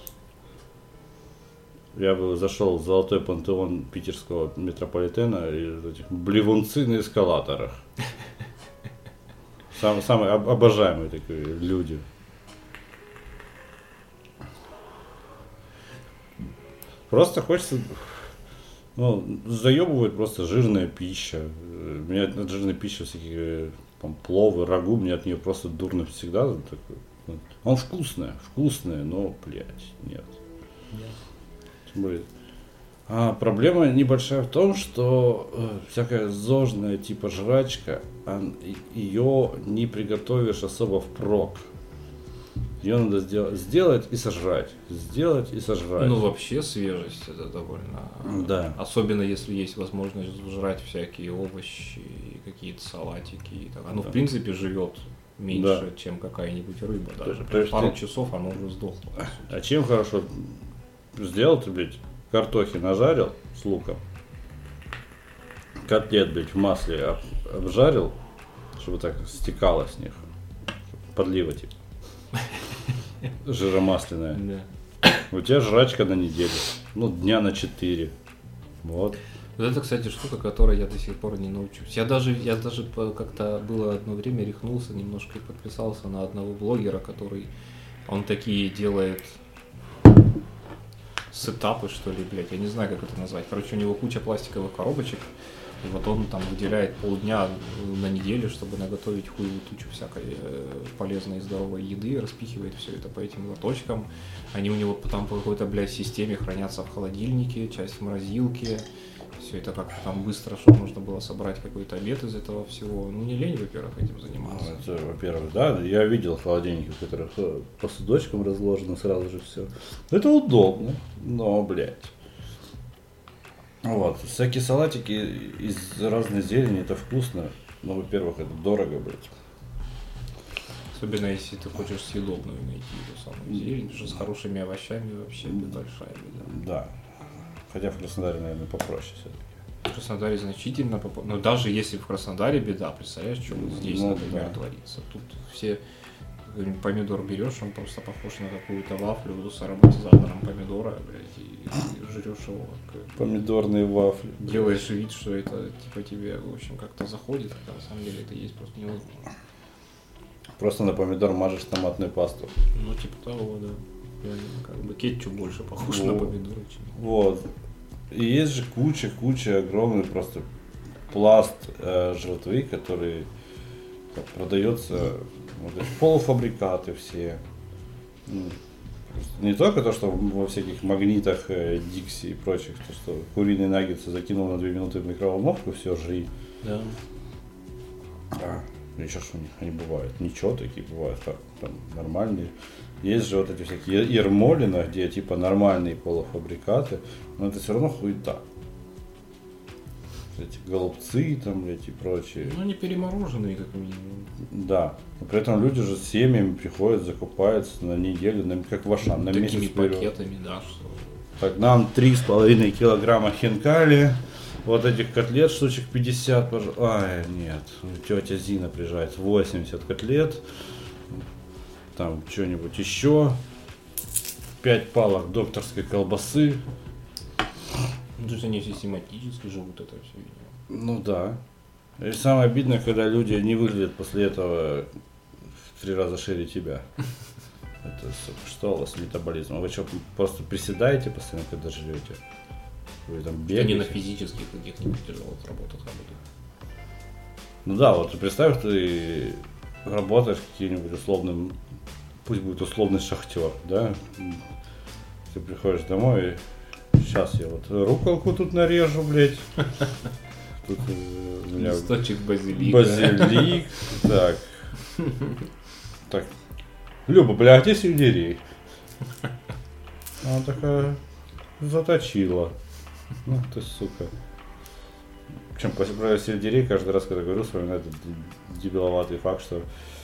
я бы зашел в золотой пантеон питерского метрополитена и этих блевунцы на эскалаторах. Сам, самые обожаемые такие люди. Просто хочется... Ну, заебывает просто жирная пища. Меня от жирной пищи всякие там, пловы, рагу, мне от нее просто дурно всегда. Такой. Он вкусная, вкусная, но, блядь, нет. Yes. А проблема небольшая в том, что э, всякая зожная типа жрачка, он, ее не приготовишь особо впрок. Ее надо сделать, сделать и сожрать. Сделать и сожрать. Ну, вообще свежесть это довольно... Да. Особенно если есть возможность жрать всякие овощи, какие-то салатики. Оно, да. в принципе, живет меньше, да. чем какая-нибудь рыба. Даже то, пару ты... часов оно уже сдохло. А чем хорошо сделал ты, блядь, картохи нажарил с луком, котлет, блядь, в масле об, обжарил, чтобы так стекало с них. Подлива, типа. Жиромасляная. Да. У тебя жрачка на неделю. Ну, дня на четыре. Вот. Вот это, кстати, штука, которой я до сих пор не научусь. Я даже, я даже как-то было одно время рехнулся немножко и подписался на одного блогера, который, он такие делает сетапы, что ли, блядь, я не знаю, как это назвать. Короче, у него куча пластиковых коробочек, и вот он там выделяет полдня на неделю, чтобы наготовить хуевую тучу всякой полезной и здоровой еды, распихивает все это по этим лоточкам. Они у него там по какой-то, блядь, системе хранятся в холодильнике, часть в морозилке. Все это как-то там быстро, чтобы можно было собрать какой-то обед из этого всего. Ну, не лень, во-первых, этим заниматься. Ну, это, во-первых, да, я видел холодильники, в которых по судочкам разложено сразу же все. Это удобно, но, блядь. Вот, всякие салатики из разной зелени, это вкусно, но, во-первых, это дорого, блядь. Особенно, если ты хочешь съедобную найти эту самую зелень, потому что с хорошими овощами вообще большая беда. Да. Хотя в Краснодаре, наверное, попроще все-таки. В Краснодаре значительно попроще. Но даже если в Краснодаре беда, представляешь, что вот здесь, ну, например, да. творится. Тут все помидор берешь, он просто похож на какую-то вафлю с ароматизатором помидора, блядь, и, и жрешь его. Как... Помидорные вафли. Делаешь вид, что это типа тебе, в общем, как-то заходит, хотя на самом деле это есть просто невозможно. Просто на помидор мажешь томатную пасту. Ну, типа того, да. Как бы кетчуп больше похож вот. на помидоры, чем... Вот. И есть же куча-куча, огромный просто пласт э, жратвы, который как, продается, вот, полуфабрикаты все. Не только то, что во всяких магнитах, э, Дикси и прочих, то, что куриные наггетсы закинул на две минуты в микроволновку, все, жри. Да. А, еще что у них они бывают. Ничего, такие бывают, как, там, нормальные. Есть же вот эти всякие Ермолино, где типа нормальные полуфабрикаты, но это все равно хуета. Эти голубцы там, эти прочие. Ну, они перемороженные, как минимум. Да. Но при этом люди же с семьями приходят, закупаются на неделю, на, как в Ашан, на такими месяц вперед. пакетами, да, что... Так, нам три с половиной килограмма хинкали, вот этих котлет штучек пятьдесят, пожалуйста. Ай, нет, тетя Зина приезжает, восемьдесят котлет. Там что-нибудь еще, пять палок докторской колбасы. Ну, то есть они систематически живут это все видимо. Ну да. И самое обидное, когда люди не выглядят после этого в три раза шире тебя. Это что у вас метаболизм? Вы что, просто приседаете постоянно, когда жрете? Вы там бегаете? Они на физических каких-нибудь тяжелых работах работают. Ну да, вот представь, ты работаешь каким-нибудь условным, пусть будет условный шахтер, да? Ты приходишь домой и сейчас я вот руколку тут нарежу, блядь. Тут у меня листочек базилика. Базилик. Так. Так. Люба, бля, а где сельдерей? Она такая заточила. Ну ты сука. Причем про сельдерей каждый раз, когда говорю, вспоминаю этот дебиловатый факт, что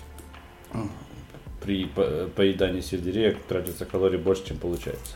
при поедании сельдерея тратится калорий больше, чем получается.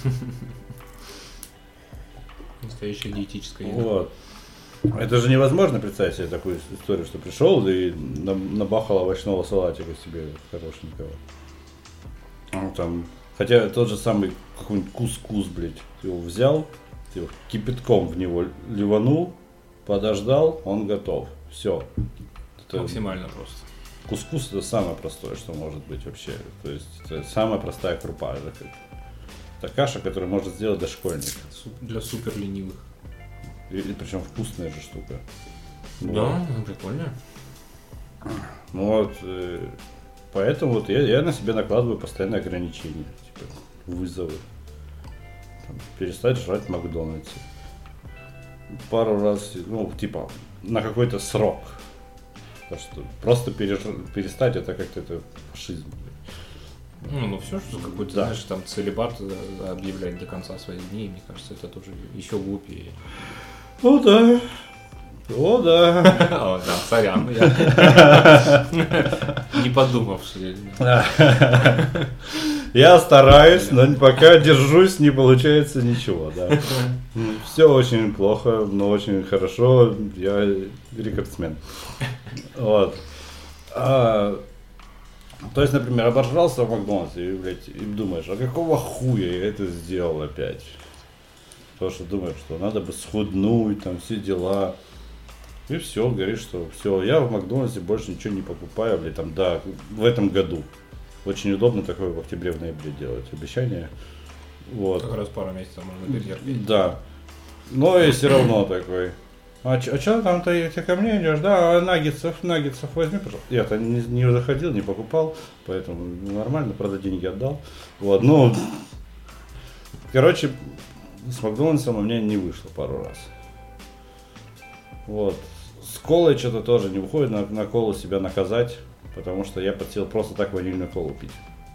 Настоящая диетическая еда. Вот. Это же невозможно представить себе такую историю, что пришел и набахал овощного салатика себе хорошенького. Ну, там, хотя тот же самый какой-нибудь кускус, блядь, ты его взял, ты его кипятком в него ливанул, подождал, он готов. Все. Это максимально просто. Кускус это самое простое, что может быть вообще. То есть это самая простая крупа. Это каша, которую может сделать дошкольник. Для супер ленивых. И, и причем вкусная же штука. Да, вот. Прикольно. Ну вот, э, поэтому вот я, я на себя накладываю постоянные ограничения, типа вызовы. Там, перестать жрать в Макдональдсе. Пару раз, ну, типа, на какой-то срок. Потому что просто переж... перестать это как-то это фашизм. Ну, ну все, что какой-то, да. Знаешь, там целибат объявлять до конца своих дней, мне кажется, это тоже еще глупее. О, да. О, да. О, да, сорян, я не подумавший. Я стараюсь, но пока держусь, не получается ничего, да. Все очень плохо, но очень хорошо, я рекордсмен. Вот. А, то есть, например, обожрался в Макдональдсе и, блядь, и думаешь, а какого хуя я это сделал опять? Потому что думаешь, что надо бы схуднуть, там все дела. И все, говоришь, что все, я в Макдональдсе больше ничего не покупаю, блядь, там, да, в этом году. Очень удобно такое в октябре, в ноябре делать обещание. Вот. Как раз пару месяцев можно перетерпеть. Да. Но и все равно такой. А что а там ты, ты ко мне идешь? Да, наггетсов, наггетсов возьми, пожалуйста. Я-то не, не заходил, не покупал, поэтому нормально, правда, деньги отдал. Вот, ну, короче, с Макдональдсом у меня не вышло пару раз. Вот. С колой что-то тоже не выходит, на, на колу себя наказать, потому что я подсел просто так ванильную колу пить.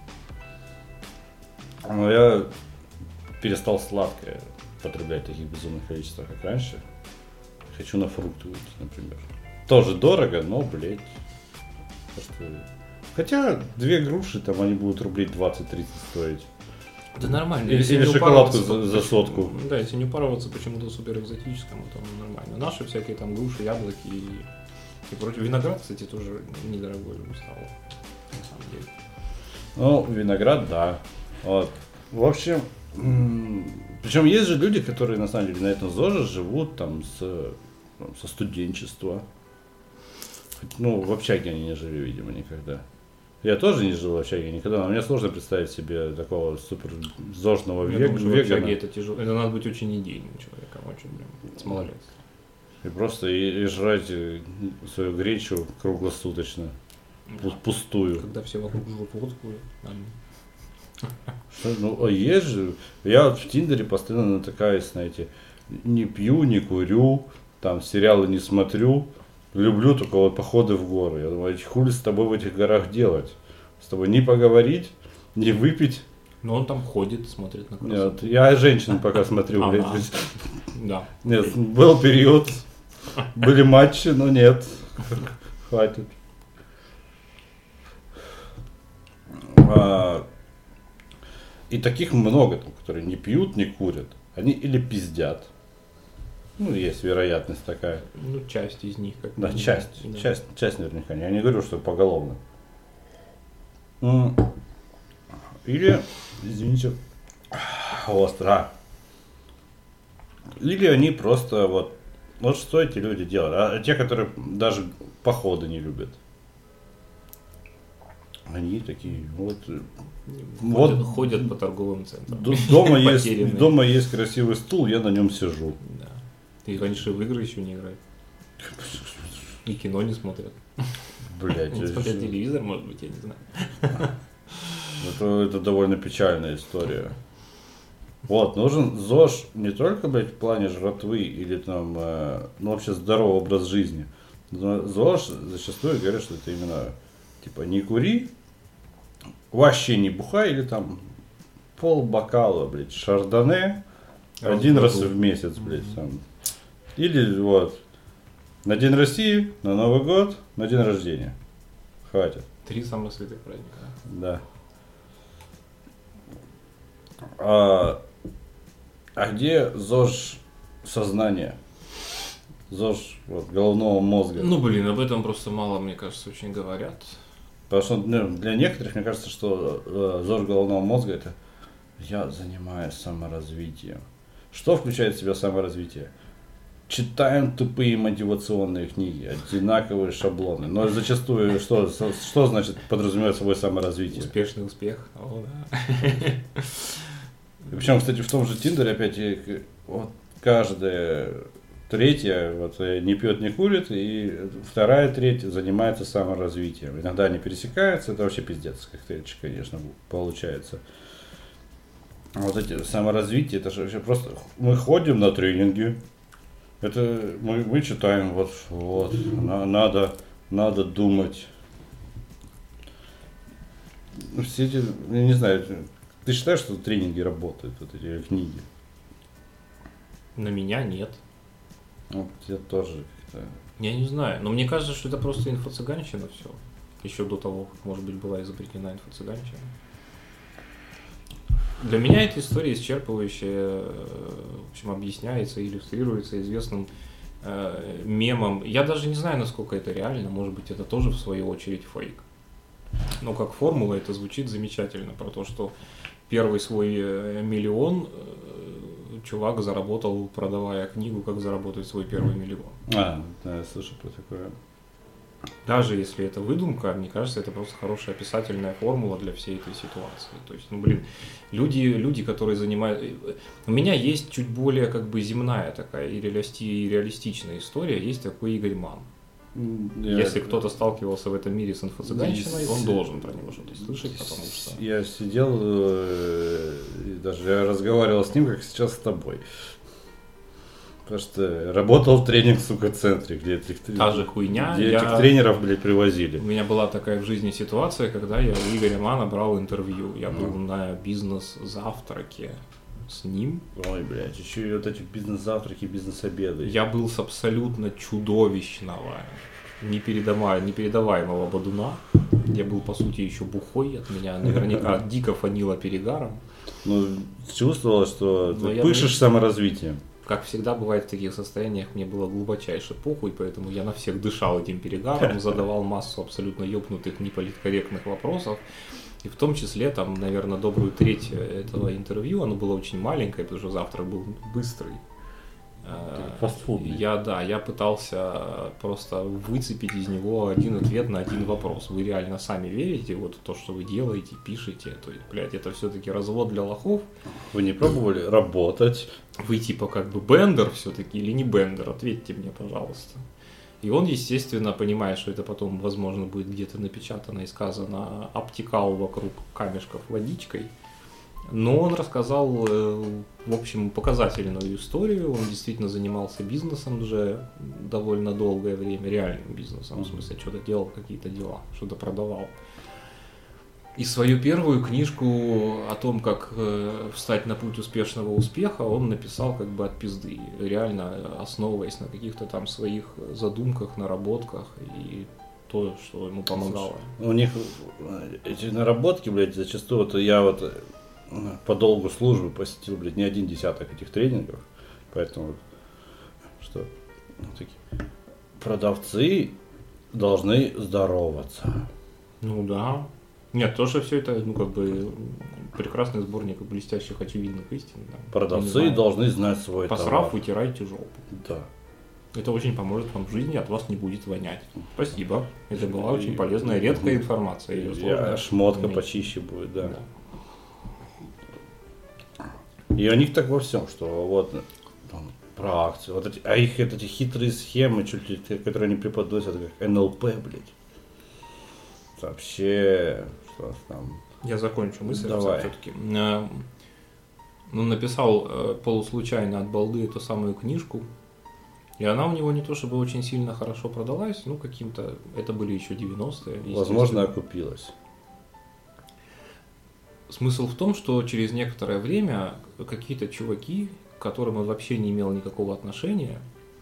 Но я перестал сладкое потреблять в таких безумных количествах, как раньше. Хочу на фрукты выйти, например. Тоже дорого, но, блядь. Просто... Хотя две груши, там они будут рублей двадцать-тридцать стоить. Да нормально. Или, или шоколадку за, за сотку. Да, если не упарываться почему-то супер экзотическому, то нормально. Наши всякие там груши, яблоки и, и прочее. Виноград, кстати, тоже недорогой стал, на самом деле. Ну, виноград, да. Вот. В общем, причем есть же люди, которые на самом деле на этом ЗОЖе живут там с, со студенчества. Ну, в общаге они не жили, видимо, никогда. Я тоже не жил в общаге никогда, но мне сложно представить себе такого супер зожного вега, думаю, вегана. В общаге это тяжело. Это надо быть очень идейным человеком, очень, блин, смололец. И просто и, и жрать свою гречу круглосуточно, да. Пустую. Когда все вокруг жрут водку, нормально. Что, ну, а есть же, я в Тиндере постоянно натыкаюсь на эти, не пью, не курю, там сериалы не смотрю, люблю только вот походы в горы. Я думаю, хули с тобой в этих горах делать? С тобой не поговорить, не выпить. Но он там ходит, смотрит на красоту. Нет, я женщин пока смотрю, блядь. Да. Нет, был период, были матчи, но нет, хватит. И таких много, там, которые не пьют, не курят. Они или пиздят. Ну, есть вероятность такая. Ну, часть из них. Как да, часть, да. часть. Часть наверняка. Я не говорю, что поголовно. Или, извините, остро. Или они просто вот... Вот что эти люди делают? А те, которые даже походы не любят. Они такие, вот, ходят, вот ходят по торговым центрам. Дома есть, дома есть красивый стул, я на нем сижу. Да. И раньше в игры еще не играют. И кино не смотрят. Блять. Не смотрят телевизор, может быть, я не знаю. Это, это довольно печальная история. Вот, нужен ЗОЖ не только, блядь, в плане жратвы или там, э, ну вообще здоровый образ жизни. Но ЗОЖ зачастую говорят, что это именно типа не кури, вообще не бухай, или там пол бокала, блядь, шардоне а один раз в месяц, блядь, mm-hmm. там. Или вот на День России, на Новый год, на день рождения. Хватит. Три самых святых праздника. Да. А, а где ЗОЖ сознания? ЗОЖ вот, головного мозга? Ну, блин, об этом просто мало, мне кажется, очень говорят. Потому что ну, для некоторых, мне кажется, что э, ЗОЖ головного мозга это я занимаюсь саморазвитием. Что включает в себя саморазвитие? Читаем тупые мотивационные книги, одинаковые шаблоны. Но зачастую что, что значит подразумевает собой саморазвитие? Успешный успех. О, да. Причем, кстати, в том же Тиндере опять вот каждая третья вот, не пьет, не курит, и вторая треть занимается саморазвитием. Иногда они пересекаются, это вообще пиздец, коктейльчик, конечно, получается. Вот эти саморазвитие, это же вообще просто мы ходим на тренинги. Это мы, мы читаем, вот, вот на, надо, надо думать. Все эти, я не знаю, ты считаешь, что тренинги работают, вот эти книги? На меня нет. Вот я тоже как-то... Я не знаю, но мне кажется, что это просто инфо-цыганщина все. Еще до того, как, может быть, была изобретена инфо-цыганщина. Для меня эта история исчерпывающая, в общем, объясняется, иллюстрируется известным э, мемом. Я даже не знаю, насколько это реально, может быть, это тоже в свою очередь фейк. Но как формула это звучит замечательно, про то, что первый свой э, миллион э, чувак заработал, продавая книгу «Как заработать свой первый миллион». А, да, я слышал про такое. Даже если это выдумка, мне кажется, это просто хорошая описательная формула для всей этой ситуации. То есть, ну, блин, люди, люди, которые занимают... У меня есть чуть более как бы земная такая и реалистичная история, есть такой Игорь Ман. Я... Если кто-то сталкивался в этом мире с инфо-цыганщиной, он должен про него что-то слышать, потому что... Я сидел, и даже я разговаривал с ним, как сейчас с тобой. Потому что работал в тренинг, сука, центре, где этих, Та же хуйня, где я... этих тренеров, блядь, привозили. У меня была такая в жизни ситуация, когда я у Игоря Мана брал интервью. Я был mm. на бизнес-завтраке с ним. Ой, блядь, еще и вот эти бизнес-завтраки, бизнес-обеды. Я был с абсолютно чудовищного, непередаваемого, непередаваемого бодуна. Я был, по сути, еще бухой, от меня наверняка дико фанило перегаром. Ну, чувствовалось, что ты пышешь саморазвитием. Как всегда бывает в таких состояниях, мне было глубочайше похуй, поэтому я на всех дышал этим перегаром, задавал массу абсолютно ёбнутых, неполиткорректных вопросов. И в том числе, там, наверное, добрую треть этого интервью, оно было очень маленькое, потому что завтрак был быстрый. Фастфуд. Я, да, я пытался просто выцепить из него один ответ на один вопрос. Вы реально сами верите вот в то, что вы делаете, пишете? То есть, блядь, это все-таки развод для лохов? Вы не пробовали работать? Вы типа как бы бендер все-таки или не бендер? Ответьте мне, пожалуйста. И он, естественно, понимая, что это потом, возможно, будет где-то напечатано и сказано, обтекал вокруг камешков водичкой. Но он рассказал, в общем, показательную историю. Он действительно занимался бизнесом уже довольно долгое время, реальным бизнесом, в смысле, что-то делал, какие-то дела, что-то продавал. И свою первую книжку о том, как встать на путь успешного успеха, он написал как бы от пизды, реально основываясь на каких-то там своих задумках, наработках и то, что ему помогало. У них эти наработки, блядь, зачастую, вот я вот по долгу службы посетил, блядь, не один десяток этих тренингов, поэтому что такие продавцы должны здороваться. Ну да. Нет, то, что все это, ну, как бы, прекрасный сборник блестящих очевидных истин. Да. Продавцы должны знать свой товар. Посрав, вытирайте жопу. Да. Это очень поможет вам в жизни, от вас не будет вонять. Спасибо. Это была очень полезная, редкая информация. Ее сложно шмотка уметь. Почище будет, да. да. И у них так во всем, что вот там, про акции, вот эти, а их эти хитрые схемы, чуть ли, которые они преподносят, как эн эл пэ, блядь. Вообще, что там. Я закончу мысль Давай. Все-таки. Ну, написал полуслучайно от балды эту самую книжку. И она у него не то чтобы очень сильно хорошо продалась, ну каким-то, это были еще девяностые. Возможно, окупилась. Смысл в том, что через некоторое время какие-то чуваки, к которым он вообще не имел никакого отношения,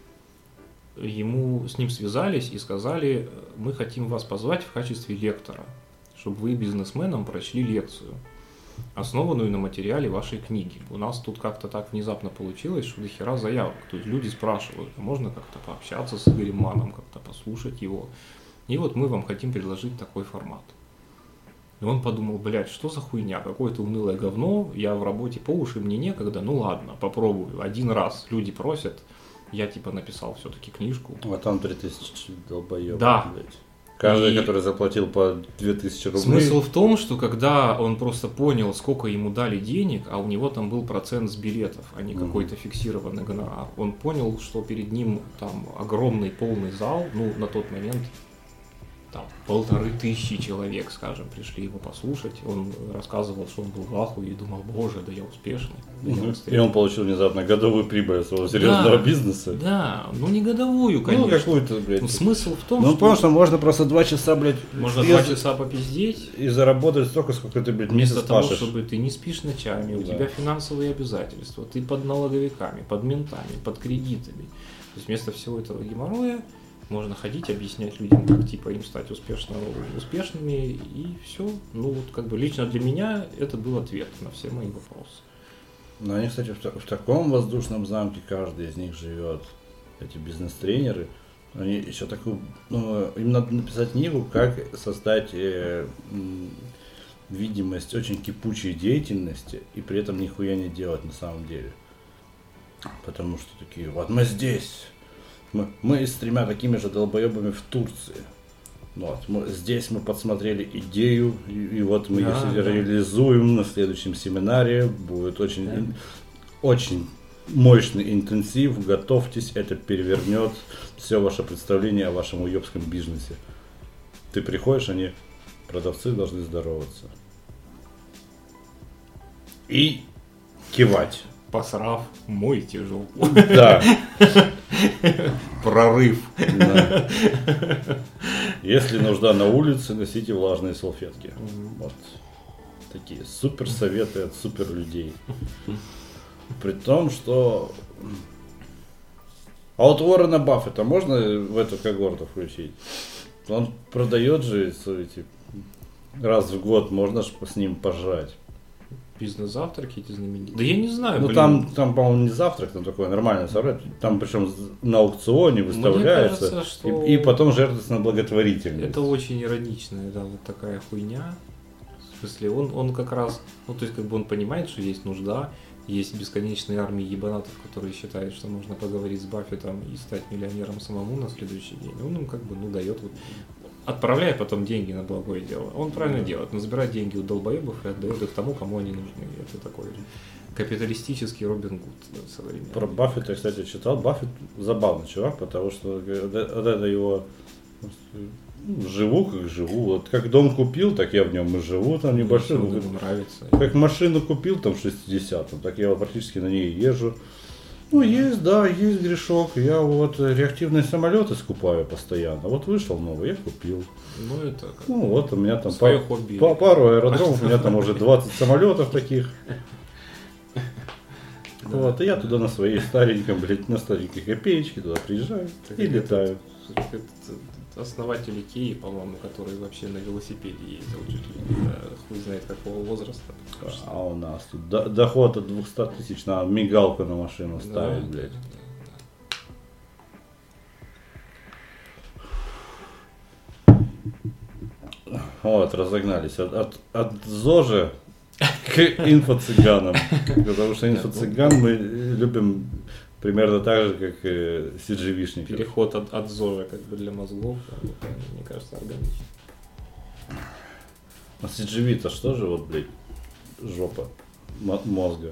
ему с ним связались и сказали, мы хотим вас позвать в качестве лектора, чтобы вы бизнесменам прочли лекцию, основанную на материале вашей книги. У нас тут как-то так внезапно получилось, что дохера заявок. То есть люди спрашивают, можно как-то пообщаться с Игорем Маном, как-то послушать его. И вот мы вам хотим предложить такой формат. И он подумал, блядь, что за хуйня, какое-то унылое говно, я в работе по уши, мне некогда, ну ладно, попробую. Один раз люди просят, я типа написал все-таки книжку. А там три тысячи долбоёбов, да. блядь. Каждый, и который заплатил по две тысячи рублей. Смысл в том, что когда он просто понял, сколько ему дали денег, а у него там был процент с билетов, а не mm-hmm. какой-то фиксированный гонорар, он понял, что перед ним там огромный полный зал, ну на тот момент там полторы тысячи человек, скажем, пришли его послушать. Он рассказывал, что он был в ахуе и думал, боже, да я успешный. Да угу. я и он получил внезапно годовую прибыль своего серьезного да, бизнеса. Да, ну не годовую, конечно. Ну какую-то, блядь. Но смысл в том, ну, что... Ну понял, что можно просто два часа, блядь, можно два часа попиздеть. И заработать столько, сколько ты, блядь, месяц пашешь. Вместо того, чтобы ты не спишь ночами, у да. тебя финансовые обязательства, ты под налоговиками, под ментами, под кредитами. То есть вместо всего этого геморроя можно ходить, объяснять людям, как типа им стать успешно, успешными, и все. Ну вот как бы лично для меня это был ответ на все мои вопросы. Ну они, кстати, в, в таком воздушном замке каждый из них живет. Эти бизнес-тренеры. Они еще такую, ну, им надо написать книгу, как создать э, м, видимость очень кипучей деятельности и при этом нихуя не делать на самом деле. Потому что такие, вот мы здесь. Мы, мы с тремя такими же долбоебами в Турции. Вот. Мы, здесь мы подсмотрели идею, и, и вот мы да, ее да. реализуем на следующем семинаре. Будет очень, да. ин, очень мощный интенсив. Готовьтесь, это перевернет все ваше представление о вашем уебском бизнесе. Ты приходишь, они, продавцы, должны здороваться. И кивать. Посрав, мойте жопу. Да. Прорыв. Да. Если нужда на улице, носите влажные салфетки. Вот. Такие супер советы от супер людей. При том, что... А вот Уоррена Баффета можно в эту когорту включить? Он продает же эти... раз в год, можно же с ним пожрать. Бизнес-завтраки эти знаменитые. Да я не знаю. Ну блин. там, там, по-моему, не завтрак, там такое нормальное собрание. Там причем на аукционе выставляется. Мне кажется, что... и, и потом жертвуется на благотворительность. Это очень ироничная, да, вот такая хуйня. В смысле, он, он как раз, ну то есть как бы он понимает, что есть нужда, есть бесконечные армии ебанатов, которые считают, что можно поговорить с Баффетом и стать миллионером самому на следующий день. Он им как бы, ну, дает вот, отправляя потом деньги на благое дело. Он правильно делает, он забирает деньги у долбоебов и отдает их тому, кому они нужны. Это такой капиталистический Робин Гуд современный. Про Баффета, кстати, читал. Баффет забавный чувак, потому что вот это его... Живу, как живу. Вот как дом купил, так я в нем и живу. Там небольшой. Мне нравится. Как машину купил там в шестидесятом, так я практически на ней езжу. Ну, есть, да, есть грешок. Я вот реактивные самолеты скупаю постоянно. Вот вышел новый, я купил. Ну, это как... Ну, вот у меня там свое по, хобби. По, пару аэродромов, у меня там уже двадцать самолетов таких. Вот, и я туда на своей стареньком, блядь, на старенькой копеечке туда приезжаю и летаю. Основатель Икеи, по-моему, который вообще на велосипеде ездил чуть ли не, хуй знает какого возраста. А у нас тут до, доход от двухсот тысяч, надо мигалку на машину ставить, да, блядь. Да, да. Вот, разогнались от, от, от ЗОЖа к инфо-цыганам. Потому что инфо-цыган мы любим примерно так же, как и си джи ви-шников. Переход от, от ЗОЖа как бы для мозгов, мне кажется, органичен. А си джи ви-то что же, вот, блядь, жопа м- мозга?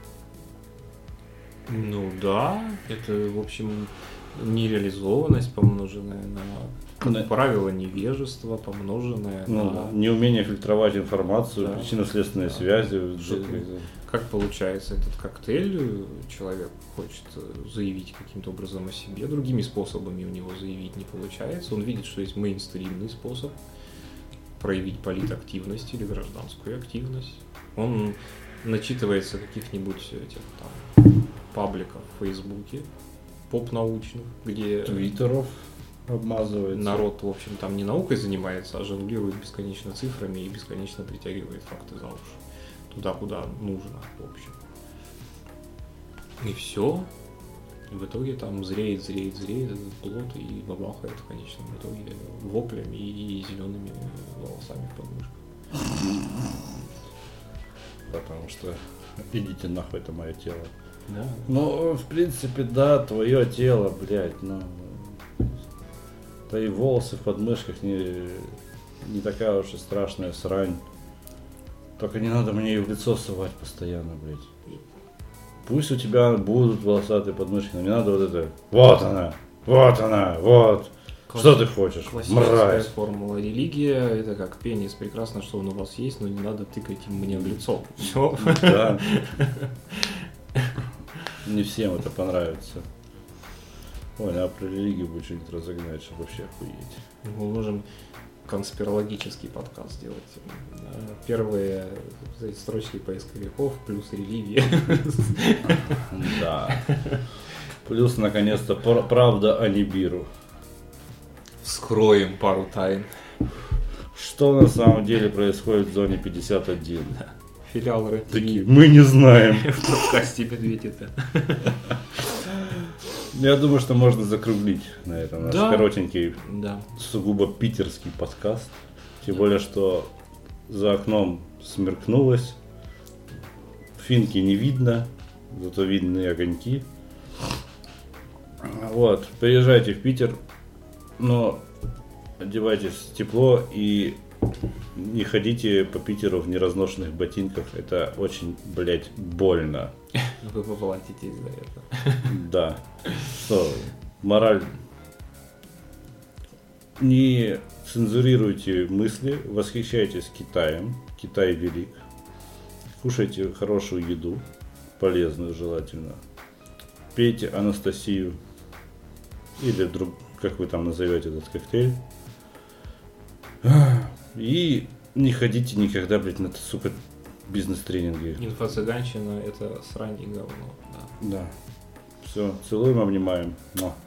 Ну да, это, в общем, нереализованность, помноженная на, как да. правило, невежество, помноженное ну, на... неумение фильтровать информацию, да. причинно-следственные да. связи. Что, как получается этот коктейль, человек хочет заявить каким-то образом о себе, другими способами у него заявить не получается. Он видит, что есть мейнстримный способ проявить политактивность или гражданскую активность. Он начитывается каких-нибудь этих там пабликов в Фейсбуке, поп-научных, где... Твиттеров обмазывается. Народ, в общем, там не наукой занимается, а жонглирует бесконечно цифрами и бесконечно притягивает факты за уши. Туда, куда нужно, в общем. И все. В итоге там зреет, зреет, зреет этот плод и бабахает в конечном итоге воплями и зелеными волосами в подмышках. Потому что идите нахуй, это мое тело. Да. Ну, в принципе, да, твое тело, блядь, но... Твои волосы в подмышках не, не такая уж и страшная срань. Только не надо мне ее в лицо совать постоянно, блядь. Пусть у тебя будут волосатые подмышки, но не надо вот это. Вот она, вот она, вот. Класс... Что ты хочешь? Мразь. Формула религия, это как пенис, прекрасно, что он у вас есть, но не надо тыкать им мне в лицо. Все. Да. Не всем это понравится. Ой, а про религию будет что-нибудь разогнать, чтобы вообще охуеть. Мы можем конспирологический подкаст сделать. Первые строчки поисковиков плюс религия. Да. Плюс, наконец-то, правда о Нибиру. Вскроем пару тайн. Что на самом деле происходит в зоне пятьдесят один? Филиал РЕН-ТВ. Такие, мы не знаем. В подкасте «Медведь» это. Я думаю, что можно закруглить на этом наш да. коротенький, да. сугубо питерский подкаст. Тем более, что за окном смеркнулось, Финки не видно, зато видны огоньки. Вот, приезжайте в Питер, но одевайтесь тепло и не ходите по Питеру в неразношенных ботинках. Это очень, блядь, больно. Вы поплатитесь за это. Да. Что, мораль. Не цензурируйте мысли, восхищайтесь Китаем. Китай велик. Кушайте хорошую еду, полезную желательно. Пейте Анастасию или друг, как вы там назовете этот коктейль. И не ходите никогда, блядь, на, сука, бизнес-тренинги. Инфо-цыганщина — это срань и говно. Да. Да. Все, целуем, обнимаем. Муа.